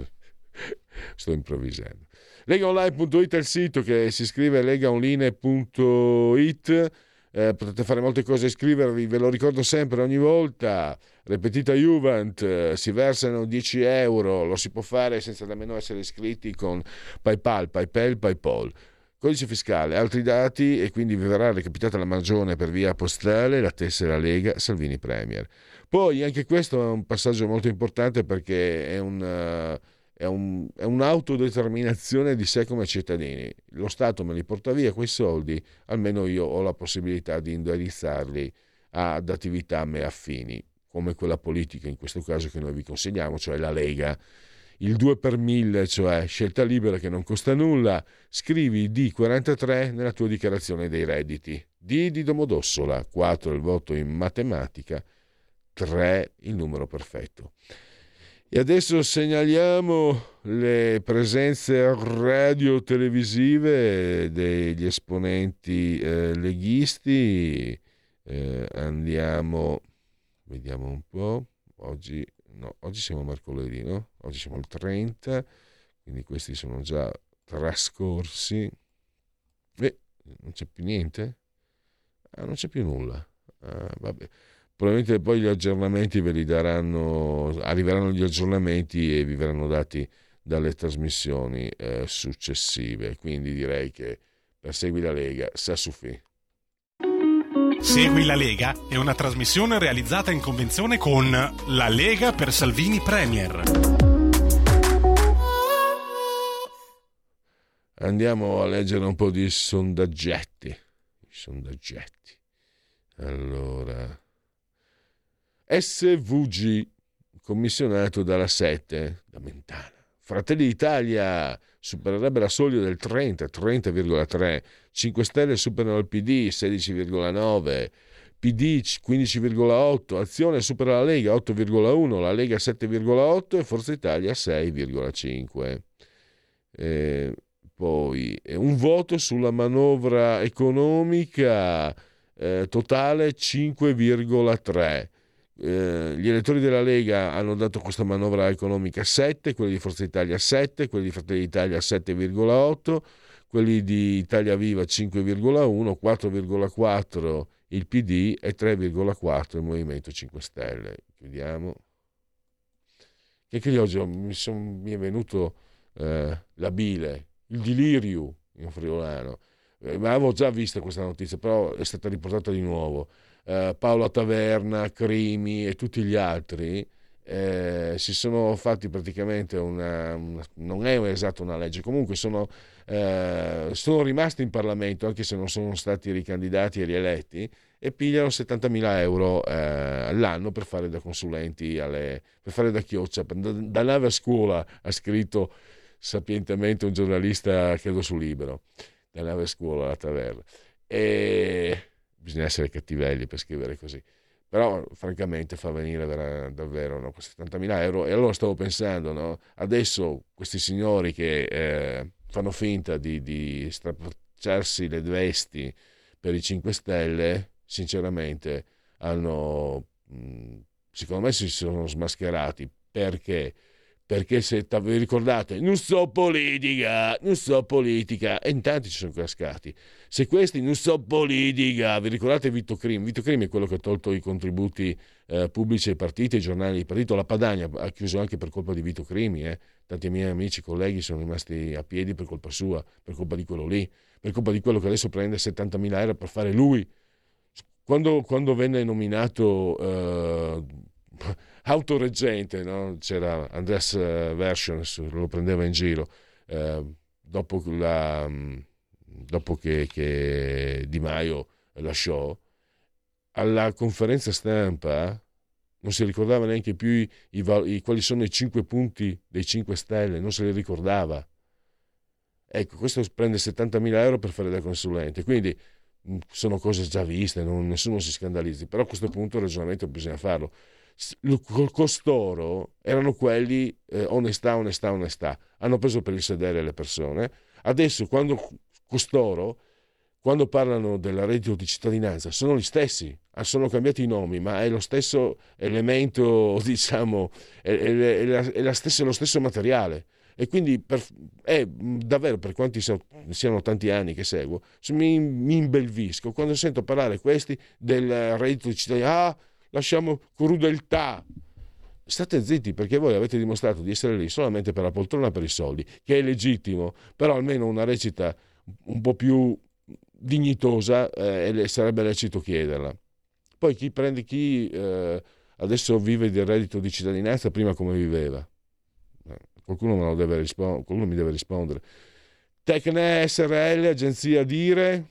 Sto improvvisando. legaonline punto it è il sito, che si scrive legaonline punto it. Eh, potete fare molte cose, iscrivervi, ve lo ricordo sempre, ogni volta ripetita Juvent, eh, si versano dieci euro, lo si può fare senza nemmeno essere iscritti con PayPal, PayPal, PayPal. Codice fiscale, altri dati, e quindi vi verrà recapitata la magione per via postale, la tessera Lega Salvini Premier. Poi anche questo è un passaggio molto importante, perché è un... Uh, È, un, è un'autodeterminazione di sé come cittadini. Lo Stato me li porta via quei soldi, almeno io ho la possibilità di indirizzarli ad attività a me affini, come quella politica in questo caso che noi vi consigliamo, cioè la Lega. Il due per mille, cioè scelta libera che non costa nulla. Scrivi D quarantatré nella tua dichiarazione dei redditi. D di Domodossola, quattro il voto in matematica, tre il numero perfetto. E adesso segnaliamo le presenze radio-televisive degli esponenti eh, leghisti. Eh, andiamo, vediamo un po'. Oggi, no, oggi siamo mercoledì, no? Oggi siamo il trenta, quindi questi sono già trascorsi. E non c'è più niente? Ah, non c'è più nulla. Ah, vabbè. Probabilmente poi gli aggiornamenti ve li daranno, arriveranno gli aggiornamenti e vi verranno dati dalle trasmissioni eh, successive. Quindi direi che per Segui la Lega, sa suffi. Segui la Lega è una trasmissione realizzata in convenzione con La Lega per Salvini Premier. Andiamo a leggere un po' di sondaggetti. I sondaggetti. Allora... S V G, commissionato dalla sette, da Mentana. Fratelli d'Italia supererebbe la soglia del trenta, trenta virgola tre. cinque Stelle superano il P D, sedici virgola nove. P D quindici virgola otto. Azione supera la Lega, otto virgola uno. La Lega sette virgola otto e Forza Italia sei virgola cinque. Eh, poi un voto sulla manovra economica eh, totale cinque virgola tre. Eh, gli elettori della Lega hanno dato questa manovra economica sette, quelli di Forza Italia sette, quelli di Fratelli d'Italia sette virgola otto, quelli di Italia Viva cinque virgola uno, quattro virgola quattro il P D e tre virgola quattro il Movimento cinque Stelle. Chiudiamo. Che, che oggi mi, son, mi è venuto eh, la bile, il delirio in friulano. Eh, ma avevo già visto questa notizia, però è stata riportata di nuovo. Eh, Paolo Taverna, Crimi e tutti gli altri eh, si sono fatti praticamente una, una non è esatto una legge, comunque sono, eh, sono rimasti in Parlamento anche se non sono stati ricandidati e rieletti, e pigliano settantamila euro eh, all'anno per fare da consulenti, alle, per fare da chioccia. Da, da nave a scuola, ha scritto sapientemente un giornalista, credo su Libero, da nave a scuola alla taverna. E bisogna essere cattivelli per scrivere così. Però francamente fa venire vera, davvero no, settantamila euro. E allora stavo pensando, no, adesso questi signori che eh, fanno finta di, di strapparsi le vesti per i cinque Stelle, sinceramente hanno, secondo me si sono smascherati. Perché? Perché se vi ricordate, non so politica, non so politica, e in tanti ci sono cascati. Se questi non so politica, vi ricordate Vito Crimi? Vito Crimi è quello che ha tolto i contributi eh, pubblici ai partiti, ai giornali di partito. La Padania ha chiuso anche per colpa di Vito Crimi, eh. Tanti miei amici, colleghi sono rimasti a piedi per colpa sua, per colpa di quello lì, per colpa di quello che adesso prende settantamila euro per fare lui. Quando, quando venne nominato eh, autoreggente, no? C'era Andreas Version, lo prendeva in giro, eh, dopo, la, dopo che, che Di Maio lasciò, alla conferenza stampa non si ricordava neanche più i, i, i, quali sono i cinque punti dei cinque Stelle, non se li ricordava. Ecco, questo prende settantamila euro per fare da consulente, quindi sono cose già viste, non, nessuno si scandalizzi, però a questo punto il ragionamento bisogna farlo. Costoro erano quelli eh, onestà, onestà, onestà, hanno preso per il sedere le persone. Adesso quando costoro, quando parlano del reddito di cittadinanza, sono gli stessi, sono cambiati i nomi, ma è lo stesso elemento, diciamo, è, è, è, la, è la stessa, lo stesso materiale. E quindi per, è davvero, per quanti siano tanti anni che seguo, mi, mi imbelvisco quando sento parlare questi del reddito di cittadinanza. Ah, lasciamo crudeltà. State zitti, perché voi avete dimostrato di essere lì solamente per la poltrona, per i soldi, che è legittimo, però almeno una recita un po' più dignitosa eh, sarebbe lecito chiederla. Poi chi prende chi eh, adesso vive del reddito di cittadinanza, prima come viveva? Qualcuno, me lo deve rispondere, qualcuno mi deve rispondere. Tecne S R L, agenzia Dire,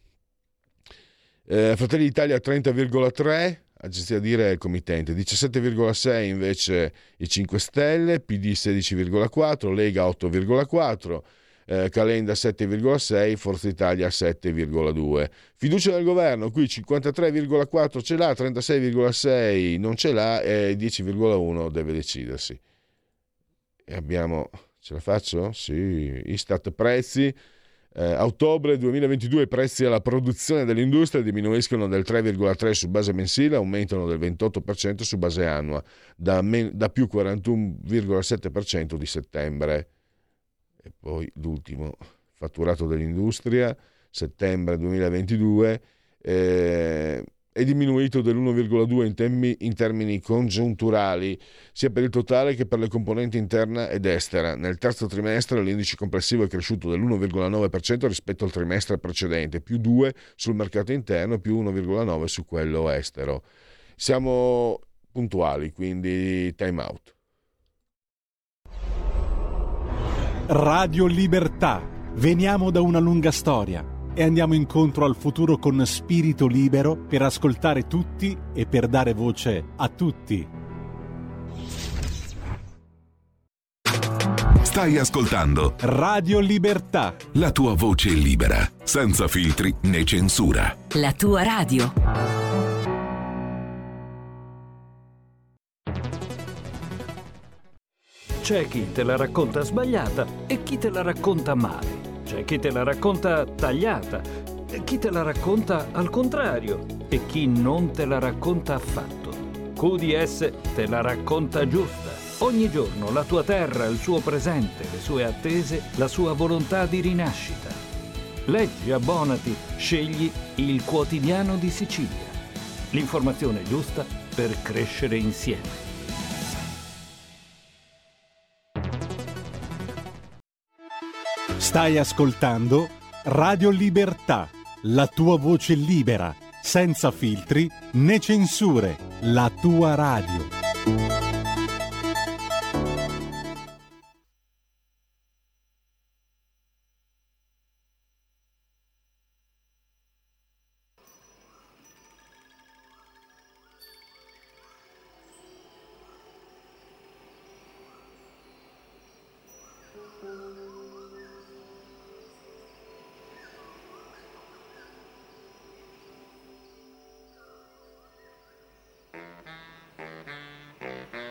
eh, Fratelli d'Italia trenta virgola tre, agenzia Dire è il committente, diciassette virgola sei invece i cinque Stelle, P D sedici virgola quattro, Lega otto virgola quattro, eh, Calenda sette virgola sei, Forza Italia sette virgola due. Fiducia del governo, qui cinquantatré virgola quattro ce l'ha, trentasei virgola sei non ce l'ha e dieci virgola uno deve decidersi. E abbiamo, ce la faccio? Sì, Istat prezzi, eh, a ottobre duemilaventidue i prezzi alla produzione dell'industria diminuiscono del tre virgola tre su base mensile, aumentano del ventotto per cento su base annua, da, men- da più quarantuno virgola sette per cento di settembre. E poi l'ultimo, fatturato dell'industria, settembre duemilaventidue, eh, è diminuito dell'uno virgola due in, temmi, in termini congiunturali, sia per il totale che per le componenti interna ed estera. Nel terzo trimestre l'indice complessivo è cresciuto dell'uno virgola nove per cento rispetto al trimestre precedente, più due sul mercato interno e più uno virgola nove su quello estero. Siamo puntuali, quindi time out. Radio Libertà. Veniamo da una lunga storia e andiamo incontro al futuro con spirito libero per ascoltare tutti e per dare voce a tutti. Stai ascoltando Radio Libertà. La tua voce libera, senza filtri né censura. La tua radio. C'è chi te la racconta sbagliata e chi te la racconta male. C'è chi te la racconta tagliata, e chi te la racconta al contrario e chi non te la racconta affatto. Q D S te la racconta giusta. Ogni giorno la tua terra, il suo presente, le sue attese, la sua volontà di rinascita. Leggi, abbonati, scegli il Quotidiano di Sicilia. L'informazione giusta per crescere insieme. Stai ascoltando Radio Libertà, la tua voce libera, senza filtri né censure, la tua radio. Thank you.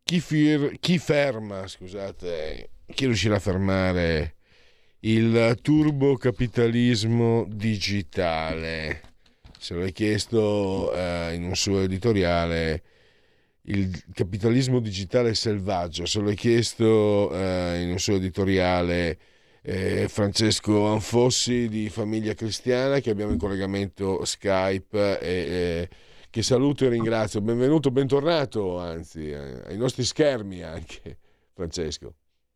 chi, fir, chi ferma, scusate, chi riuscirà a fermare il turbocapitalismo digitale? Se l'ho chiesto eh, in un suo editoriale, il capitalismo digitale selvaggio, se l'ho chiesto eh, in un suo editoriale eh, Francesco Anfossi di Famiglia Cristiana, che abbiamo in collegamento Skype, e, eh, che saluto e ringrazio. Benvenuto, bentornato, anzi, eh, ai nostri schermi anche, Francesco.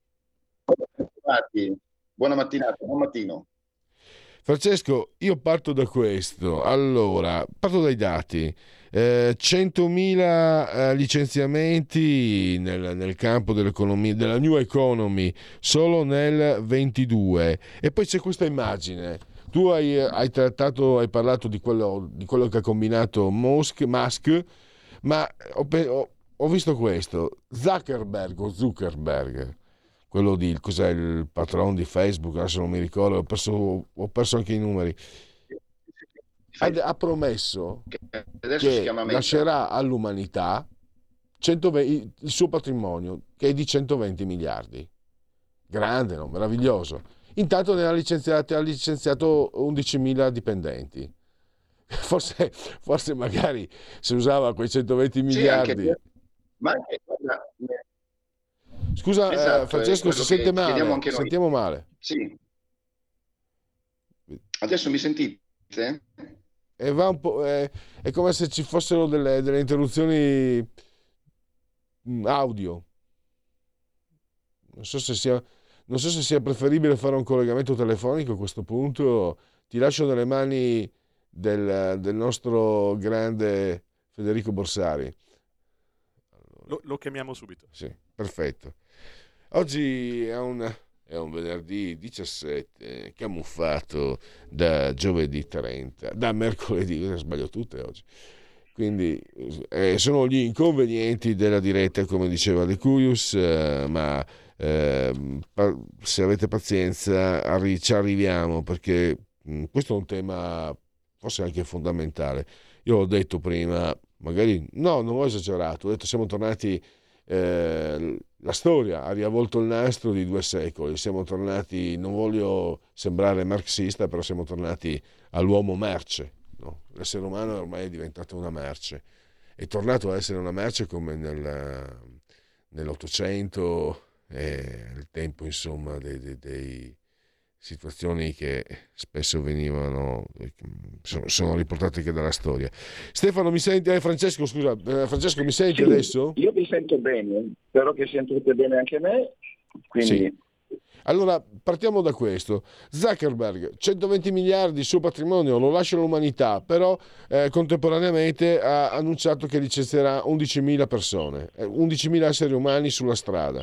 Buona mattinata, buon mattino. Francesco, io parto da questo. Allora, parto dai dati. Eh, centomila eh, licenziamenti nel, nel campo dell'economia, della new economy, solo nel ventidue. E poi c'è questa immagine. Tu hai, hai trattato, hai parlato di quello, di quello che ha combinato Musk, Musk ma ho, ho, ho visto questo. Zuckerberg o Zuckerberg, quello di cos'è il patron di Facebook, adesso non mi ricordo, ho perso, ho perso anche i numeri, ha, ha promesso adesso che si chiama lascerà all'umanità centoventi, il suo patrimonio, che è di centoventi miliardi. Grande, no? Meraviglioso. Intanto ne ha licenziato, ha licenziato undicimila dipendenti. Forse, forse magari se usava quei centoventi miliardi... Sì, anche, ma anche, Scusa, esatto, eh, Francesco, si sente male, anche noi. sentiamo male. Sì. Adesso mi sentite? E va un po', eh, è come se ci fossero delle, delle interruzioni audio. Non so se sia, non so se sia preferibile fare un collegamento telefonico a questo punto. Ti lascio nelle mani del, del nostro grande Federico Borsari. Lo, lo chiamiamo subito. Sì, perfetto. Oggi è un, è un venerdì diciassette, camuffato da giovedì trenta, da mercoledì, sbaglio tutte oggi. Quindi eh, sono gli inconvenienti della diretta, come diceva De Cuius, eh, ma eh, se avete pazienza arri- ci arriviamo, perché mh, questo è un tema forse anche fondamentale. Io ho detto prima, magari no, non ho esagerato, ho detto siamo tornati, eh, la storia ha riavvolto il nastro di due secoli, siamo tornati, non voglio sembrare marxista, però siamo tornati all'uomo merce, no? L'essere umano ormai è diventato una merce, è tornato a essere una merce come nel, nell'Ottocento, e il tempo insomma dei, dei, dei situazioni che spesso venivano, sono, sono riportate anche dalla storia. Stefano, mi senti? Eh, Francesco, scusa, eh, Francesco, mi senti sì, adesso? Io vi sento bene, spero che sentite bene anche me. Quindi... Sì. Allora, partiamo da questo. Zuckerberg, centoventi miliardi, il suo patrimonio, lo lascia all'umanità, però eh, contemporaneamente ha annunciato che licenzierà undicimila persone, eh, undicimila esseri umani sulla strada.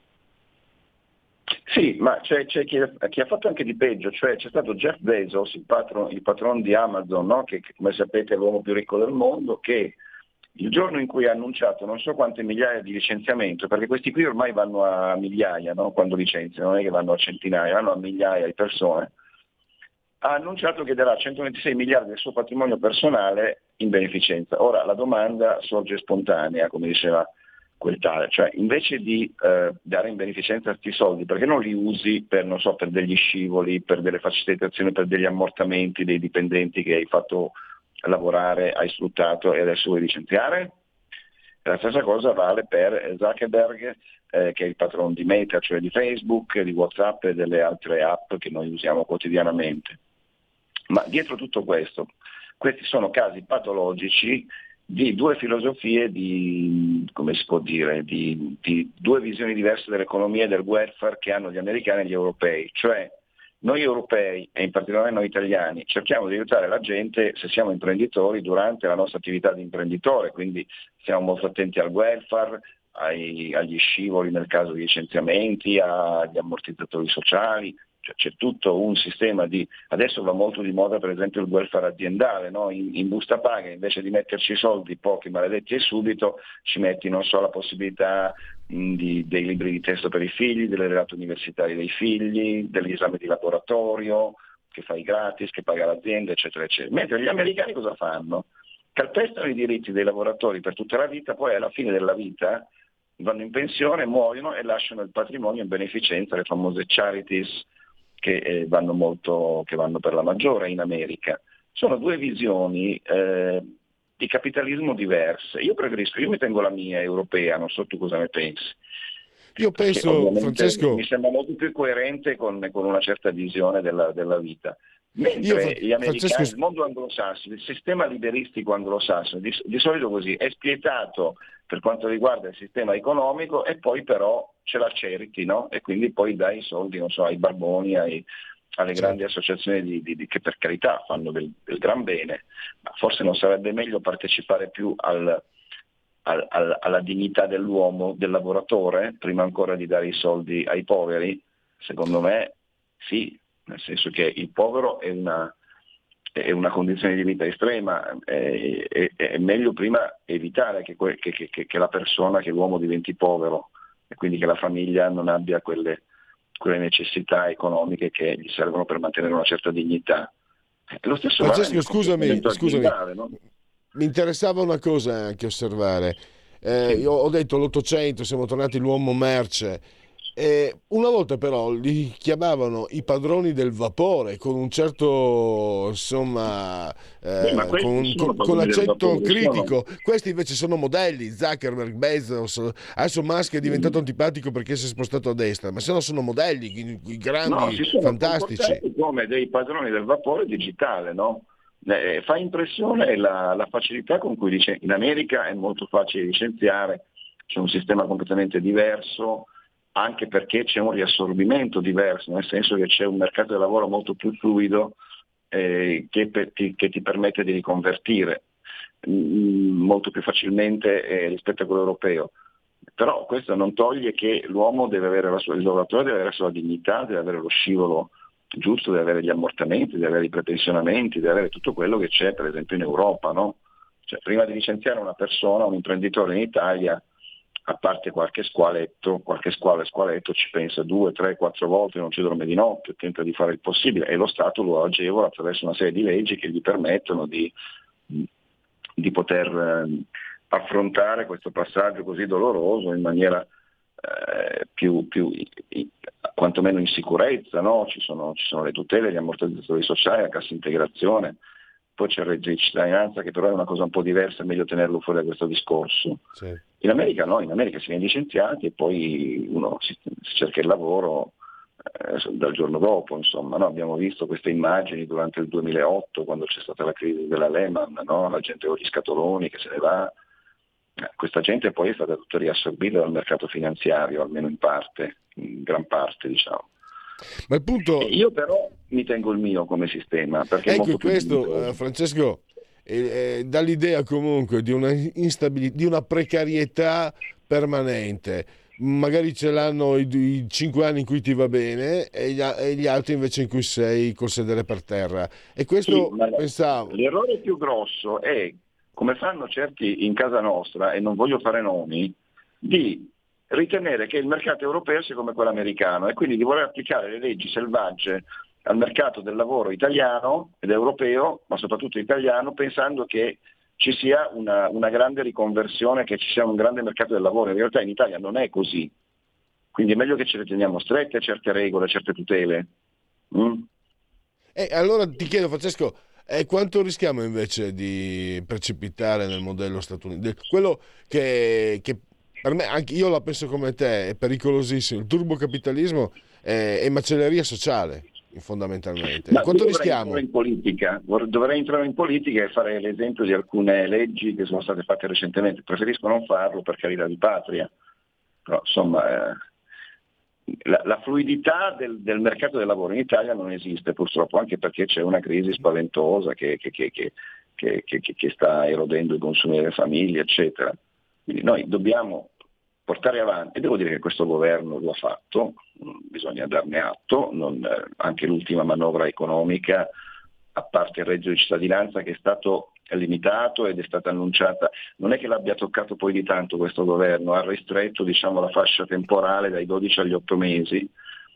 Sì, ma c'è, c'è chi, chi ha fatto anche di peggio, cioè c'è stato Jeff Bezos, il patron, il patron di Amazon, no? che, che come sapete è l'uomo più ricco del mondo, che il giorno in cui ha annunciato non so quante migliaia di licenziamento, perché questi qui ormai vanno a migliaia, no? Quando licenziano, non è che vanno a centinaia, vanno a migliaia di persone, ha annunciato che darà centoventisei miliardi del suo patrimonio personale in beneficenza. Ora la domanda sorge spontanea, come diceva quel tale, cioè invece di eh, dare in beneficenza questi soldi, perché non li usi per, non so, per degli scivoli, per delle facilitazioni, per degli ammortamenti dei dipendenti che hai fatto lavorare, hai sfruttato e adesso vuoi licenziare? La stessa cosa vale per Zuckerberg, eh, che è il patron di Meta, cioè di Facebook, di WhatsApp e delle altre app che noi usiamo quotidianamente. Ma dietro tutto questo, questi sono casi patologici di due filosofie, di, come si può dire, di, di due visioni diverse dell'economia e del welfare che hanno gli americani e gli europei. Cioè noi europei, e in particolare noi italiani, cerchiamo di aiutare la gente, se siamo imprenditori, durante la nostra attività di imprenditore, quindi siamo molto attenti al welfare, ai, agli scivoli nel caso di licenziamenti, agli ammortizzatori sociali. Cioè, c'è tutto un sistema di, adesso va molto di moda per esempio il welfare aziendale, no? in, in busta paga invece di metterci i soldi pochi maledetti e subito ci metti non so la possibilità mh, di, dei libri di testo per i figli, delle relate universitarie dei figli, degli esami di laboratorio che fai gratis, che paga l'azienda eccetera eccetera, mentre gli americani cosa fanno? Calpestano i diritti dei lavoratori per tutta la vita, poi alla fine della vita vanno in pensione, muoiono e lasciano il patrimonio in beneficenza, le famose charities che eh, vanno molto, che vanno per la maggiore in America. Sono due visioni eh, di capitalismo diverse. Io preferisco, io mi tengo la mia europea, non so tu cosa ne pensi. Io penso, Francesco, mi sembra molto più coerente con, con una certa visione della, della vita. Mentre io, gli americani, Francesco... il mondo anglosassone, il sistema liberistico anglosassone, di, di solito così, è spietato per quanto riguarda il sistema economico e poi però c'è la charity, no? E quindi poi dai i soldi, non so, ai barboni, ai, alle certo. grandi associazioni di, di, di, che per carità fanno del, del gran bene, ma forse non sarebbe meglio partecipare più al, al, al, alla dignità dell'uomo, del lavoratore, prima ancora di dare i soldi ai poveri? Secondo me sì, nel senso che il povero è una, è una condizione di vita estrema, è, è, è meglio prima evitare che, che, che, che la persona, che l'uomo diventi povero e quindi che la famiglia non abbia quelle, quelle necessità economiche che gli servono per mantenere una certa dignità. Lo stesso Francesco, vale scusami, scusami. No? Mi interessava una cosa anche osservare. Eh, Sì. Io ho detto l'Ottocento, siamo tornati l'uomo merce. Eh, una volta però li chiamavano i padroni del vapore con un certo, insomma, eh, Beh, con, con, con accento critico. Sono... Questi invece sono modelli, Zuckerberg, Bezos. Adesso Musk è diventato mm. antipatico perché si è spostato a destra, ma se no sono modelli, i, i grandi, no, si sono fantastici. Come dei padroni del vapore digitale, no? Eh, fa impressione la, la facilità con cui dice, in America è molto facile licenziare, c'è un sistema completamente diverso, anche perché c'è un riassorbimento diverso, nel senso che c'è un mercato del lavoro molto più fluido eh, che, per, ti, che ti permette di riconvertire mh, molto più facilmente eh, rispetto a quello europeo. Però questo non toglie che l'uomo deve avere la sua, il lavoratore deve avere la sua dignità, deve avere lo scivolo giusto, deve avere gli ammortamenti, deve avere i prepensionamenti, deve avere tutto quello che c'è per esempio in Europa, no? Cioè, prima di licenziare una persona, un imprenditore in Italia, a parte qualche squaletto, qualche squalo e squaletto ci pensa due, tre, quattro volte, non ci dorme di notte, tenta di fare il possibile e lo Stato lo agevola attraverso una serie di leggi che gli permettono di, di poter eh, affrontare questo passaggio così doloroso in maniera eh, più, più quantomeno in sicurezza, no? Ci sono, ci sono le tutele, gli ammortizzatori sociali, la cassa integrazione. Poi c'è il reddito di cittadinanza che però è una cosa un po' diversa, è meglio tenerlo fuori da questo discorso. Sì. In America no, in America si viene licenziati e poi uno si, si cerca il lavoro eh, dal giorno dopo, insomma. No? Abbiamo visto queste immagini durante il duemilaotto quando c'è stata la crisi della Lehman, no? La gente con gli scatoloni che se ne va. Eh, questa gente poi è stata tutta riassorbita dal mercato finanziario, almeno in parte, in gran parte diciamo. Ma il punto... Io però mi tengo il mio come sistema. Perché ecco è molto questo, eh, Francesco, eh, eh, dà l'idea comunque di una instabilità, di una precarietà permanente. Magari ce l'hanno i, i cinque anni in cui ti va bene e gli, e gli altri invece in cui sei col sedere per terra. E questo sì, pensavo... L'errore più grosso è, come fanno certi in casa nostra, e non voglio fare nomi, di ritenere che il mercato europeo sia come quello americano e quindi di voler applicare le leggi selvagge al mercato del lavoro italiano ed europeo, ma soprattutto italiano, pensando che ci sia una, una grande riconversione, che ci sia un grande mercato del lavoro. In realtà in Italia non è così, quindi è meglio che ce le teniamo strette certe regole, certe tutele. Mm? E allora ti chiedo, Francesco, eh, quanto rischiamo invece di precipitare nel modello statunitense? Quello che, che per me, anche io la penso come te, è pericolosissimo. Il turbocapitalismo è, è macelleria sociale, fondamentalmente. Ma quanto dovrei rischiamo? Entrare in politica, dovrei entrare in politica e fare l'esempio di alcune leggi che sono state fatte recentemente. Preferisco non farlo per carità di patria, però insomma eh, la, la fluidità del, del mercato del lavoro in Italia non esiste purtroppo, anche perché c'è una crisi spaventosa che, che, che, che, che, che, che sta erodendo i consumi delle famiglie, eccetera. Quindi noi dobbiamo portare avanti, e devo dire che questo governo lo ha fatto, bisogna darne atto, non, eh, anche l'ultima manovra economica, a parte il reddito di cittadinanza che è stato limitato ed è stata annunciata, non è che l'abbia toccato poi di tanto questo governo, ha ristretto diciamo, la fascia temporale dai dodici agli otto mesi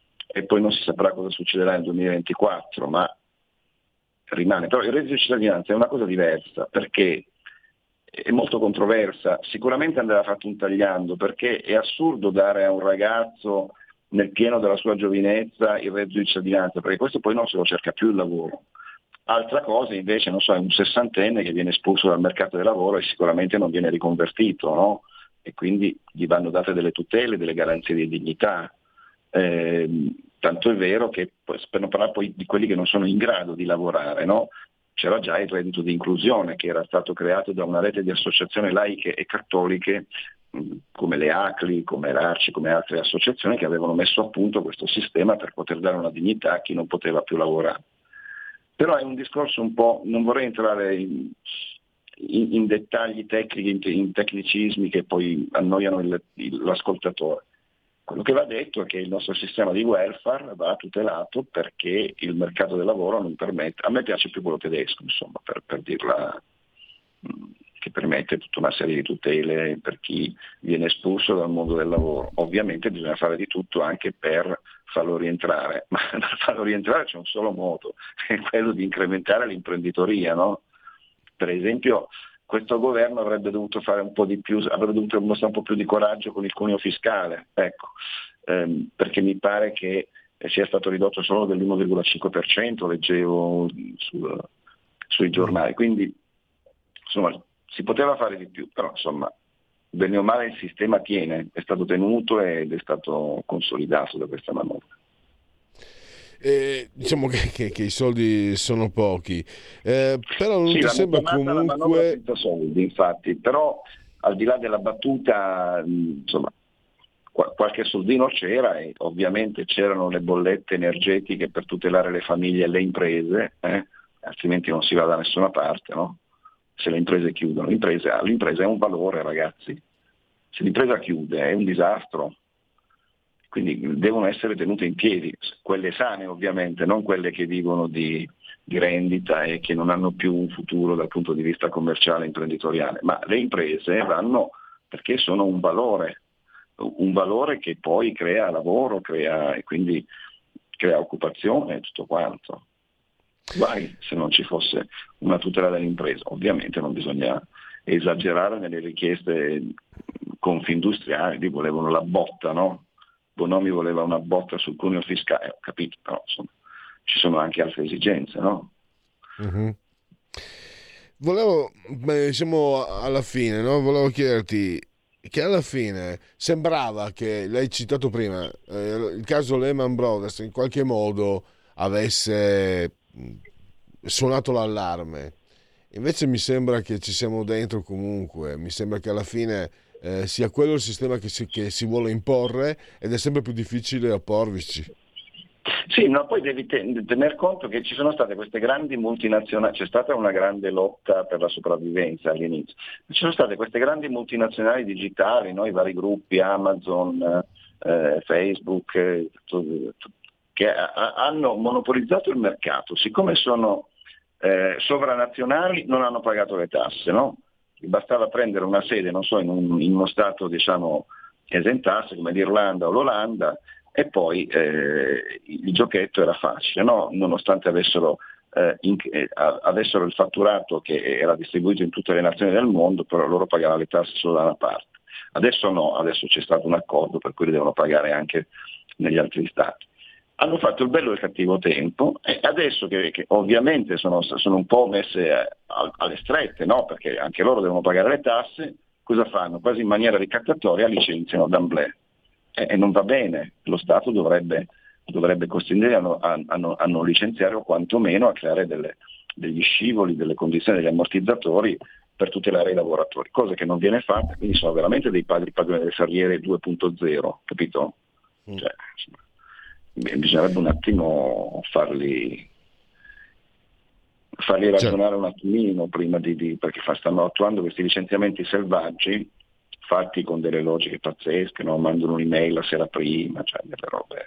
e poi non si saprà cosa succederà nel duemilaventiquattro, ma rimane. Però il reddito di cittadinanza è una cosa diversa perché è molto controversa, sicuramente andrà fatto un tagliando, perché è assurdo dare a un ragazzo nel pieno della sua giovinezza il reddito di cittadinanza, perché questo poi non se lo cerca più il lavoro. Altra cosa invece, non so, è un sessantenne che viene espulso dal mercato del lavoro e sicuramente non viene riconvertito, no? E quindi gli vanno date delle tutele, delle garanzie di dignità. Eh, tanto è vero che, per non parlare poi di quelli che non sono in grado di lavorare, no? C'era già il reddito di inclusione che era stato creato da una rete di associazioni laiche e cattoliche come le A C L I, come l'A R C I, come altre associazioni che avevano messo a punto questo sistema per poter dare una dignità a chi non poteva più lavorare. Però è un discorso un po', non vorrei entrare in, in, in dettagli tecnici, in, in tecnicismi che poi annoiano il, il, l'ascoltatore. Quello che va detto è che il nostro sistema di welfare va tutelato perché il mercato del lavoro non permette, a me piace più quello tedesco, insomma, per, per dirla, che permette tutta una serie di tutele per chi viene espulso dal mondo del lavoro. Ovviamente bisogna fare di tutto anche per farlo rientrare, ma per farlo rientrare c'è un solo modo, che è quello di incrementare l'imprenditoria, no? Per esempio questo governo avrebbe dovuto fare un po' di più, avrebbe dovuto mostrare un po' più di coraggio con il cuneo fiscale, ecco, ehm, perché mi pare che sia stato ridotto solo dell'uno virgola cinque per cento, leggevo su, sui giornali, quindi insomma si poteva fare di più, però insomma bene o male il sistema tiene, è stato tenuto ed è stato consolidato da questa manovra. Eh, diciamo che, che, che i soldi sono pochi, eh, però non sì, ti sembra comunque senza soldi, infatti, però al di là della battuta, insomma, qualche soldino c'era e ovviamente c'erano le bollette energetiche per tutelare le famiglie e le imprese, eh? Altrimenti non si va da nessuna parte, no? Se le imprese chiudono, l'impresa, l'impresa è un valore, ragazzi, se l'impresa chiude è un disastro. Quindi devono essere tenute in piedi, quelle sane ovviamente, non quelle che vivono di, di rendita e che non hanno più un futuro dal punto di vista commerciale e imprenditoriale, ma le imprese vanno perché sono un valore, un valore che poi crea lavoro, crea, e quindi crea occupazione e tutto quanto. Guai se non ci fosse una tutela dell'impresa, ovviamente non bisogna esagerare nelle richieste confindustriali, lì volevano la botta, no? Bonomi voleva una botta sul cuneo fiscale, ho capito, però insomma ci sono anche altre esigenze, no? Mm-hmm. Volevo, beh, diciamo alla fine, no? Volevo chiederti che alla fine sembrava che, l'hai citato prima, eh, il caso Lehman Brothers in qualche modo avesse suonato l'allarme, invece mi sembra che ci siamo dentro comunque, mi sembra che alla fine Eh, sia quello il sistema che si, che si vuole imporre ed è sempre più difficile opporvici. Sì, no, poi devi te- tener conto che ci sono state queste grandi multinazionali, c'è stata una grande lotta per la sopravvivenza all'inizio, ci sono state queste grandi multinazionali digitali, no? I vari gruppi, Amazon, eh, Facebook, eh, to- to- che a- hanno monopolizzato il mercato, siccome sono eh, sovranazionali non hanno pagato le tasse, no? Bastava prendere una sede, non so, in, un, in uno stato diciamo esentasse come l'Irlanda o l'Olanda e poi eh, il giochetto era facile, no? Nonostante avessero, eh, in, eh, avessero il fatturato che era distribuito in tutte le nazioni del mondo, però loro pagavano le tasse solo da una parte. Adesso no, adesso c'è stato un accordo per cui le devono pagare anche negli altri stati. Hanno fatto il bello e il cattivo tempo e adesso che, che ovviamente sono, sono un po' messe a, a, alle strette, no? Perché anche loro devono pagare le tasse, cosa fanno? Quasi in maniera ricattatoria licenziano d'amblè e, e non va bene, lo Stato dovrebbe, dovrebbe costringere a, a, a, a non licenziare o quantomeno a creare delle, degli scivoli, delle condizioni, degli ammortizzatori per tutelare i lavoratori, cosa che non viene fatta, quindi sono veramente dei padri padroni delle ferriere due punto zero, capito? Mm. Cioè, bisognerebbe un attimo farli farli ragionare un attimino prima di, di perché fa, stanno attuando questi licenziamenti selvaggi fatti con delle logiche pazzesche, no? Mandano un'email la sera prima, cioè delle robe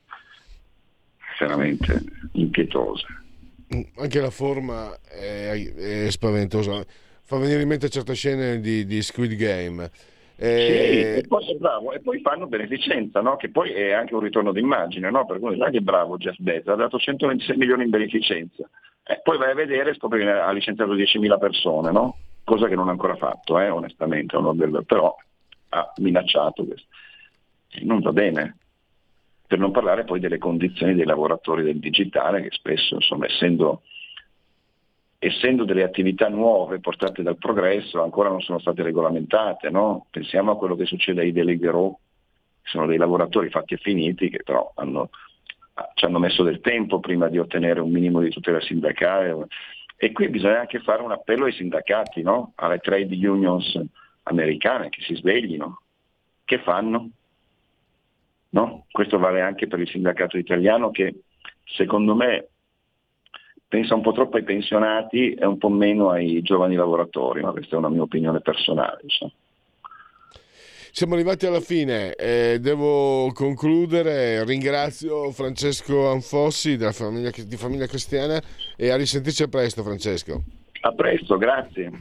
veramente impietose. Anche la forma è, è spaventosa, fa venire in mente certe scene di, di Squid Game. Eh... Sì, e poi, bravo, e poi fanno beneficenza, no? Che poi è anche un ritorno d'immagine, no? Per cui sai che bravo Jeff Bezos, ha dato centoventisei milioni in beneficenza, e poi vai a vedere e scopri che ha licenziato diecimila persone, no? cosa che non ha ancora fatto, eh, onestamente, però ha minacciato questo. Non va bene. Per non parlare poi delle condizioni dei lavoratori del digitale, che spesso, insomma, essendo, essendo delle attività nuove portate dal progresso, ancora non sono state regolamentate, no? Pensiamo a quello che succede ai delegherò, che sono dei lavoratori fatti e finiti, che però hanno, ci hanno messo del tempo prima di ottenere un minimo di tutela sindacale. E qui bisogna anche fare un appello ai sindacati, no? Alle trade unions americane, che si sveglino. Che fanno? No? Questo vale anche per il sindacato italiano, che secondo me pensa un po' troppo ai pensionati e un po' meno ai giovani lavoratori, ma questa è una mia opinione personale. Insomma. Siamo arrivati alla fine, eh, devo concludere. Ringrazio Francesco Anfossi della famiglia, di Famiglia Cristiana, e a risentirci a presto, Francesco. A presto, grazie.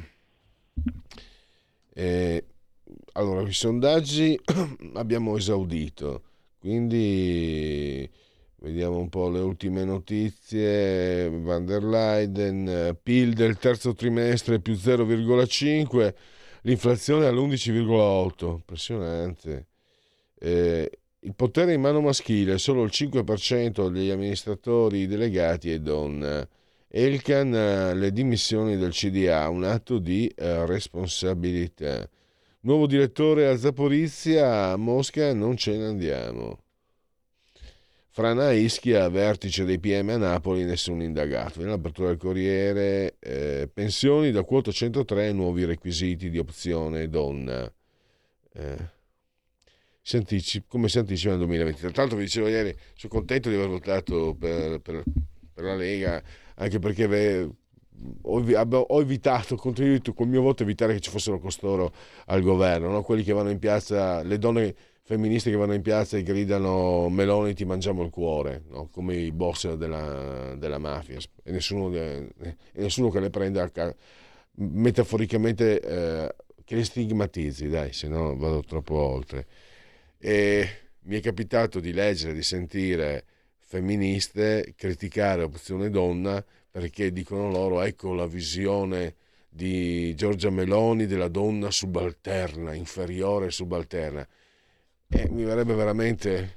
Eh, allora, i sondaggi abbiamo esaudito, quindi vediamo un po' le ultime notizie. Van der Leyen, P I L del terzo trimestre più zero virgola cinque, l'inflazione all'undici virgola otto, impressionante. Eh, il potere in mano maschile, solo il cinque per cento degli amministratori delegati è donna. Elkan, le dimissioni del C D A, un atto di eh, responsabilità. Nuovo direttore a Zaporizia, a Mosca non ce ne andiamo. Frana Ischia, vertice dei P M a Napoli, nessun indagato. Nell'apertura del Corriere, eh, pensioni da quota centotré, nuovi requisiti di opzione donna. Eh, si anticipa, come si anticipa nel duemilaventitré. Tra l'altro vi dicevo ieri, sono contento di aver votato per, per, per la Lega, anche perché beh, ho, ho evitato, continuo col mio voto a evitare che ci fossero costoro al governo, no? Quelli che vanno in piazza, le donne femministe che vanno in piazza e gridano Meloni ti mangiamo il cuore, no? Come i boss della, della mafia, e nessuno, e nessuno che le prenda metaforicamente, eh, che le stigmatizzi, dai, se no vado troppo oltre. E mi è capitato di leggere, di sentire femministe criticare Opzione Donna perché dicono loro, ecco la visione di Giorgia Meloni della donna subalterna, inferiore, subalterna. E mi verrebbe veramente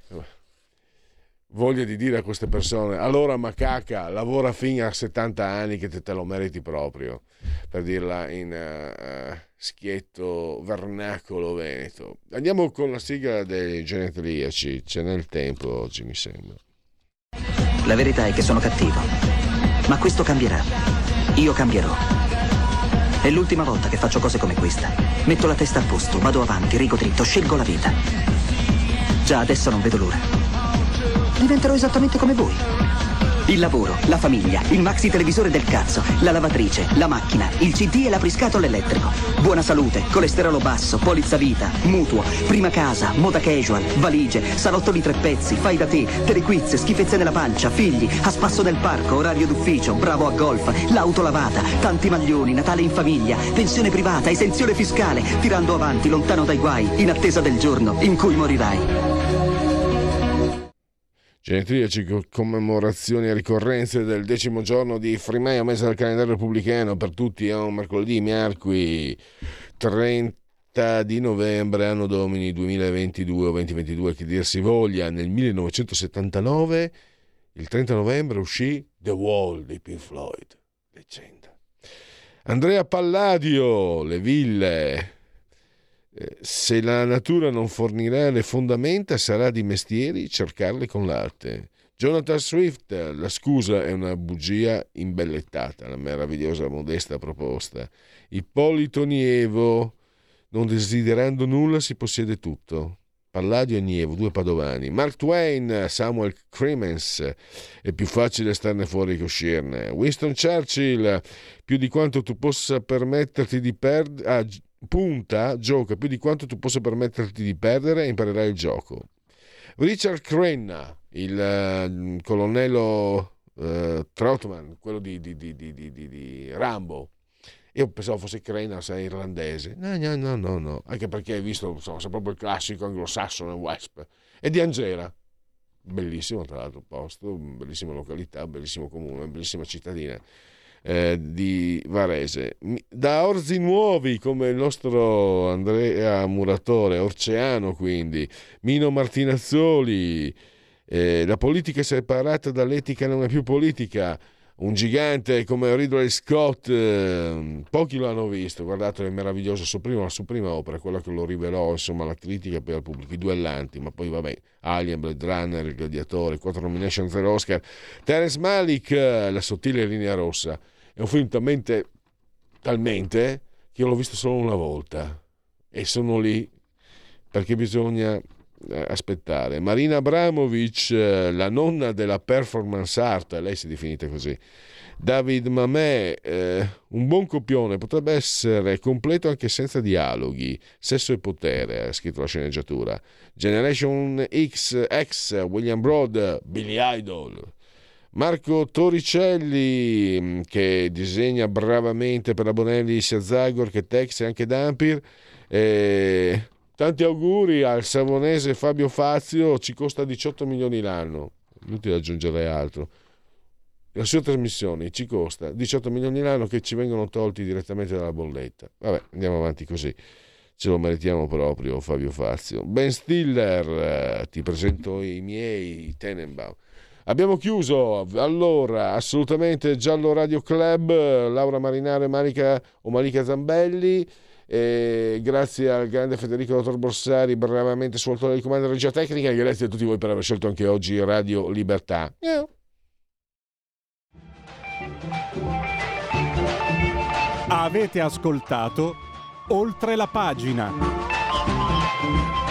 voglia di dire a queste persone, allora macaca, lavora fino a settanta anni che te, te lo meriti proprio, per dirla in uh, schietto vernacolo veneto. Andiamo con la sigla dei genetriaci, ce n'è il tempo oggi, mi sembra. La verità è che sono cattivo, ma questo cambierà. Io cambierò. È l'ultima volta che faccio cose come questa. Metto la testa a posto, vado avanti, rigo dritto, scelgo la vita. Già adesso non vedo l'ora. Diventerò esattamente come voi. Il lavoro, la famiglia, il maxi televisore del cazzo, la lavatrice, la macchina, il C D e l'apriscatole elettrico. Buona salute, colesterolo basso, polizza vita, mutuo, prima casa, moda casual, valigie, salotto di tre pezzi, fai da te, telequiz, schifezze nella pancia, figli, a spasso nel parco, orario d'ufficio, bravo a golf, l'auto lavata, tanti maglioni, Natale in famiglia, pensione privata, esenzione fiscale, tirando avanti, lontano dai guai, in attesa del giorno in cui morirai. Genetriaci, commemorazioni e ricorrenze del decimo giorno di Frimaio, mese del calendario repubblicano, per tutti è un mercoledì, mercoledì trenta di novembre, anno domini duemilaventidue o duemilaventidue, che dir si voglia. Nel millenovecentosettantanove, il trenta novembre, uscì The Wall di Pink Floyd, leggenda. Andrea Palladio, Le ville. Se la natura non fornirà le fondamenta, sarà di mestieri cercarle con l'arte. Jonathan Swift, la scusa è una bugia imbellettata, la meravigliosa modesta proposta. Ippolito Nievo, non desiderando nulla si possiede tutto. Palladio e Nievo, due padovani. Mark Twain, Samuel Clemens, è più facile starne fuori che uscirne. Winston Churchill, più di quanto tu possa permetterti di perdere... Ah, punta, gioca più di quanto tu possa permetterti di perdere e imparerai il gioco. Richard Crenna, il uh, colonnello uh, Trotman, quello di, di, di, di, di, di Rambo. Io pensavo fosse Crenna, sei irlandese. No, no, no, no, no. Anche perché hai visto, insomma, c'è proprio il classico anglosassone Wesp. E di Angera. Bellissimo, tra l'altro, posto, bellissima località, bellissimo comune, bellissima cittadina. eh, di Varese. Da Orzi Nuovi, come il nostro Andrea Muratore, Orceano quindi, Mino Martinazzoli, eh, la politica separata dall'etica non è più politica. Un gigante come Ridley Scott, eh, pochi lo hanno visto, guardate, è meraviglioso, su prima, la sua prima opera, quella che lo rivelò insomma la critica per il pubblico, I Duellanti, ma poi vabbè, Alien, Blade Runner, Il Gladiatore, quattro nomination, zero Oscar. Terence Malick, La sottile linea rossa, è un film talmente, talmente che io l'ho visto solo una volta e sono lì perché bisogna aspettare. Marina Abramovic, la nonna della performance art, lei si è definita così. David Mamet, eh, un buon copione, potrebbe essere completo anche senza dialoghi. Sesso e potere, ha scritto la sceneggiatura. Generation X, X, William Broad, Billy Idol. Marco Torricelli, che disegna bravamente per la Bonelli sia Zagor che Tex e anche Dampir. Eh, Tanti auguri al savonese Fabio Fazio, ci costa diciotto milioni l'anno, inutile aggiungere altro. La sua trasmissione ci costa diciotto milioni l'anno che ci vengono tolti direttamente dalla bolletta. Vabbè, andiamo avanti così, ce lo meritiamo proprio Fabio Fazio. Ben Stiller, ti presento i miei Tenenbaum. Abbiamo chiuso, allora, assolutamente Giallo Radio Club, Laura Marinaro e Marica, o Malika Zambelli. E grazie al grande Federico Dottor Borsari, bravamente svolto il comando della regia tecnica, e grazie a tutti voi per aver scelto anche oggi Radio Libertà. Yeah. Avete ascoltato Oltre la pagina.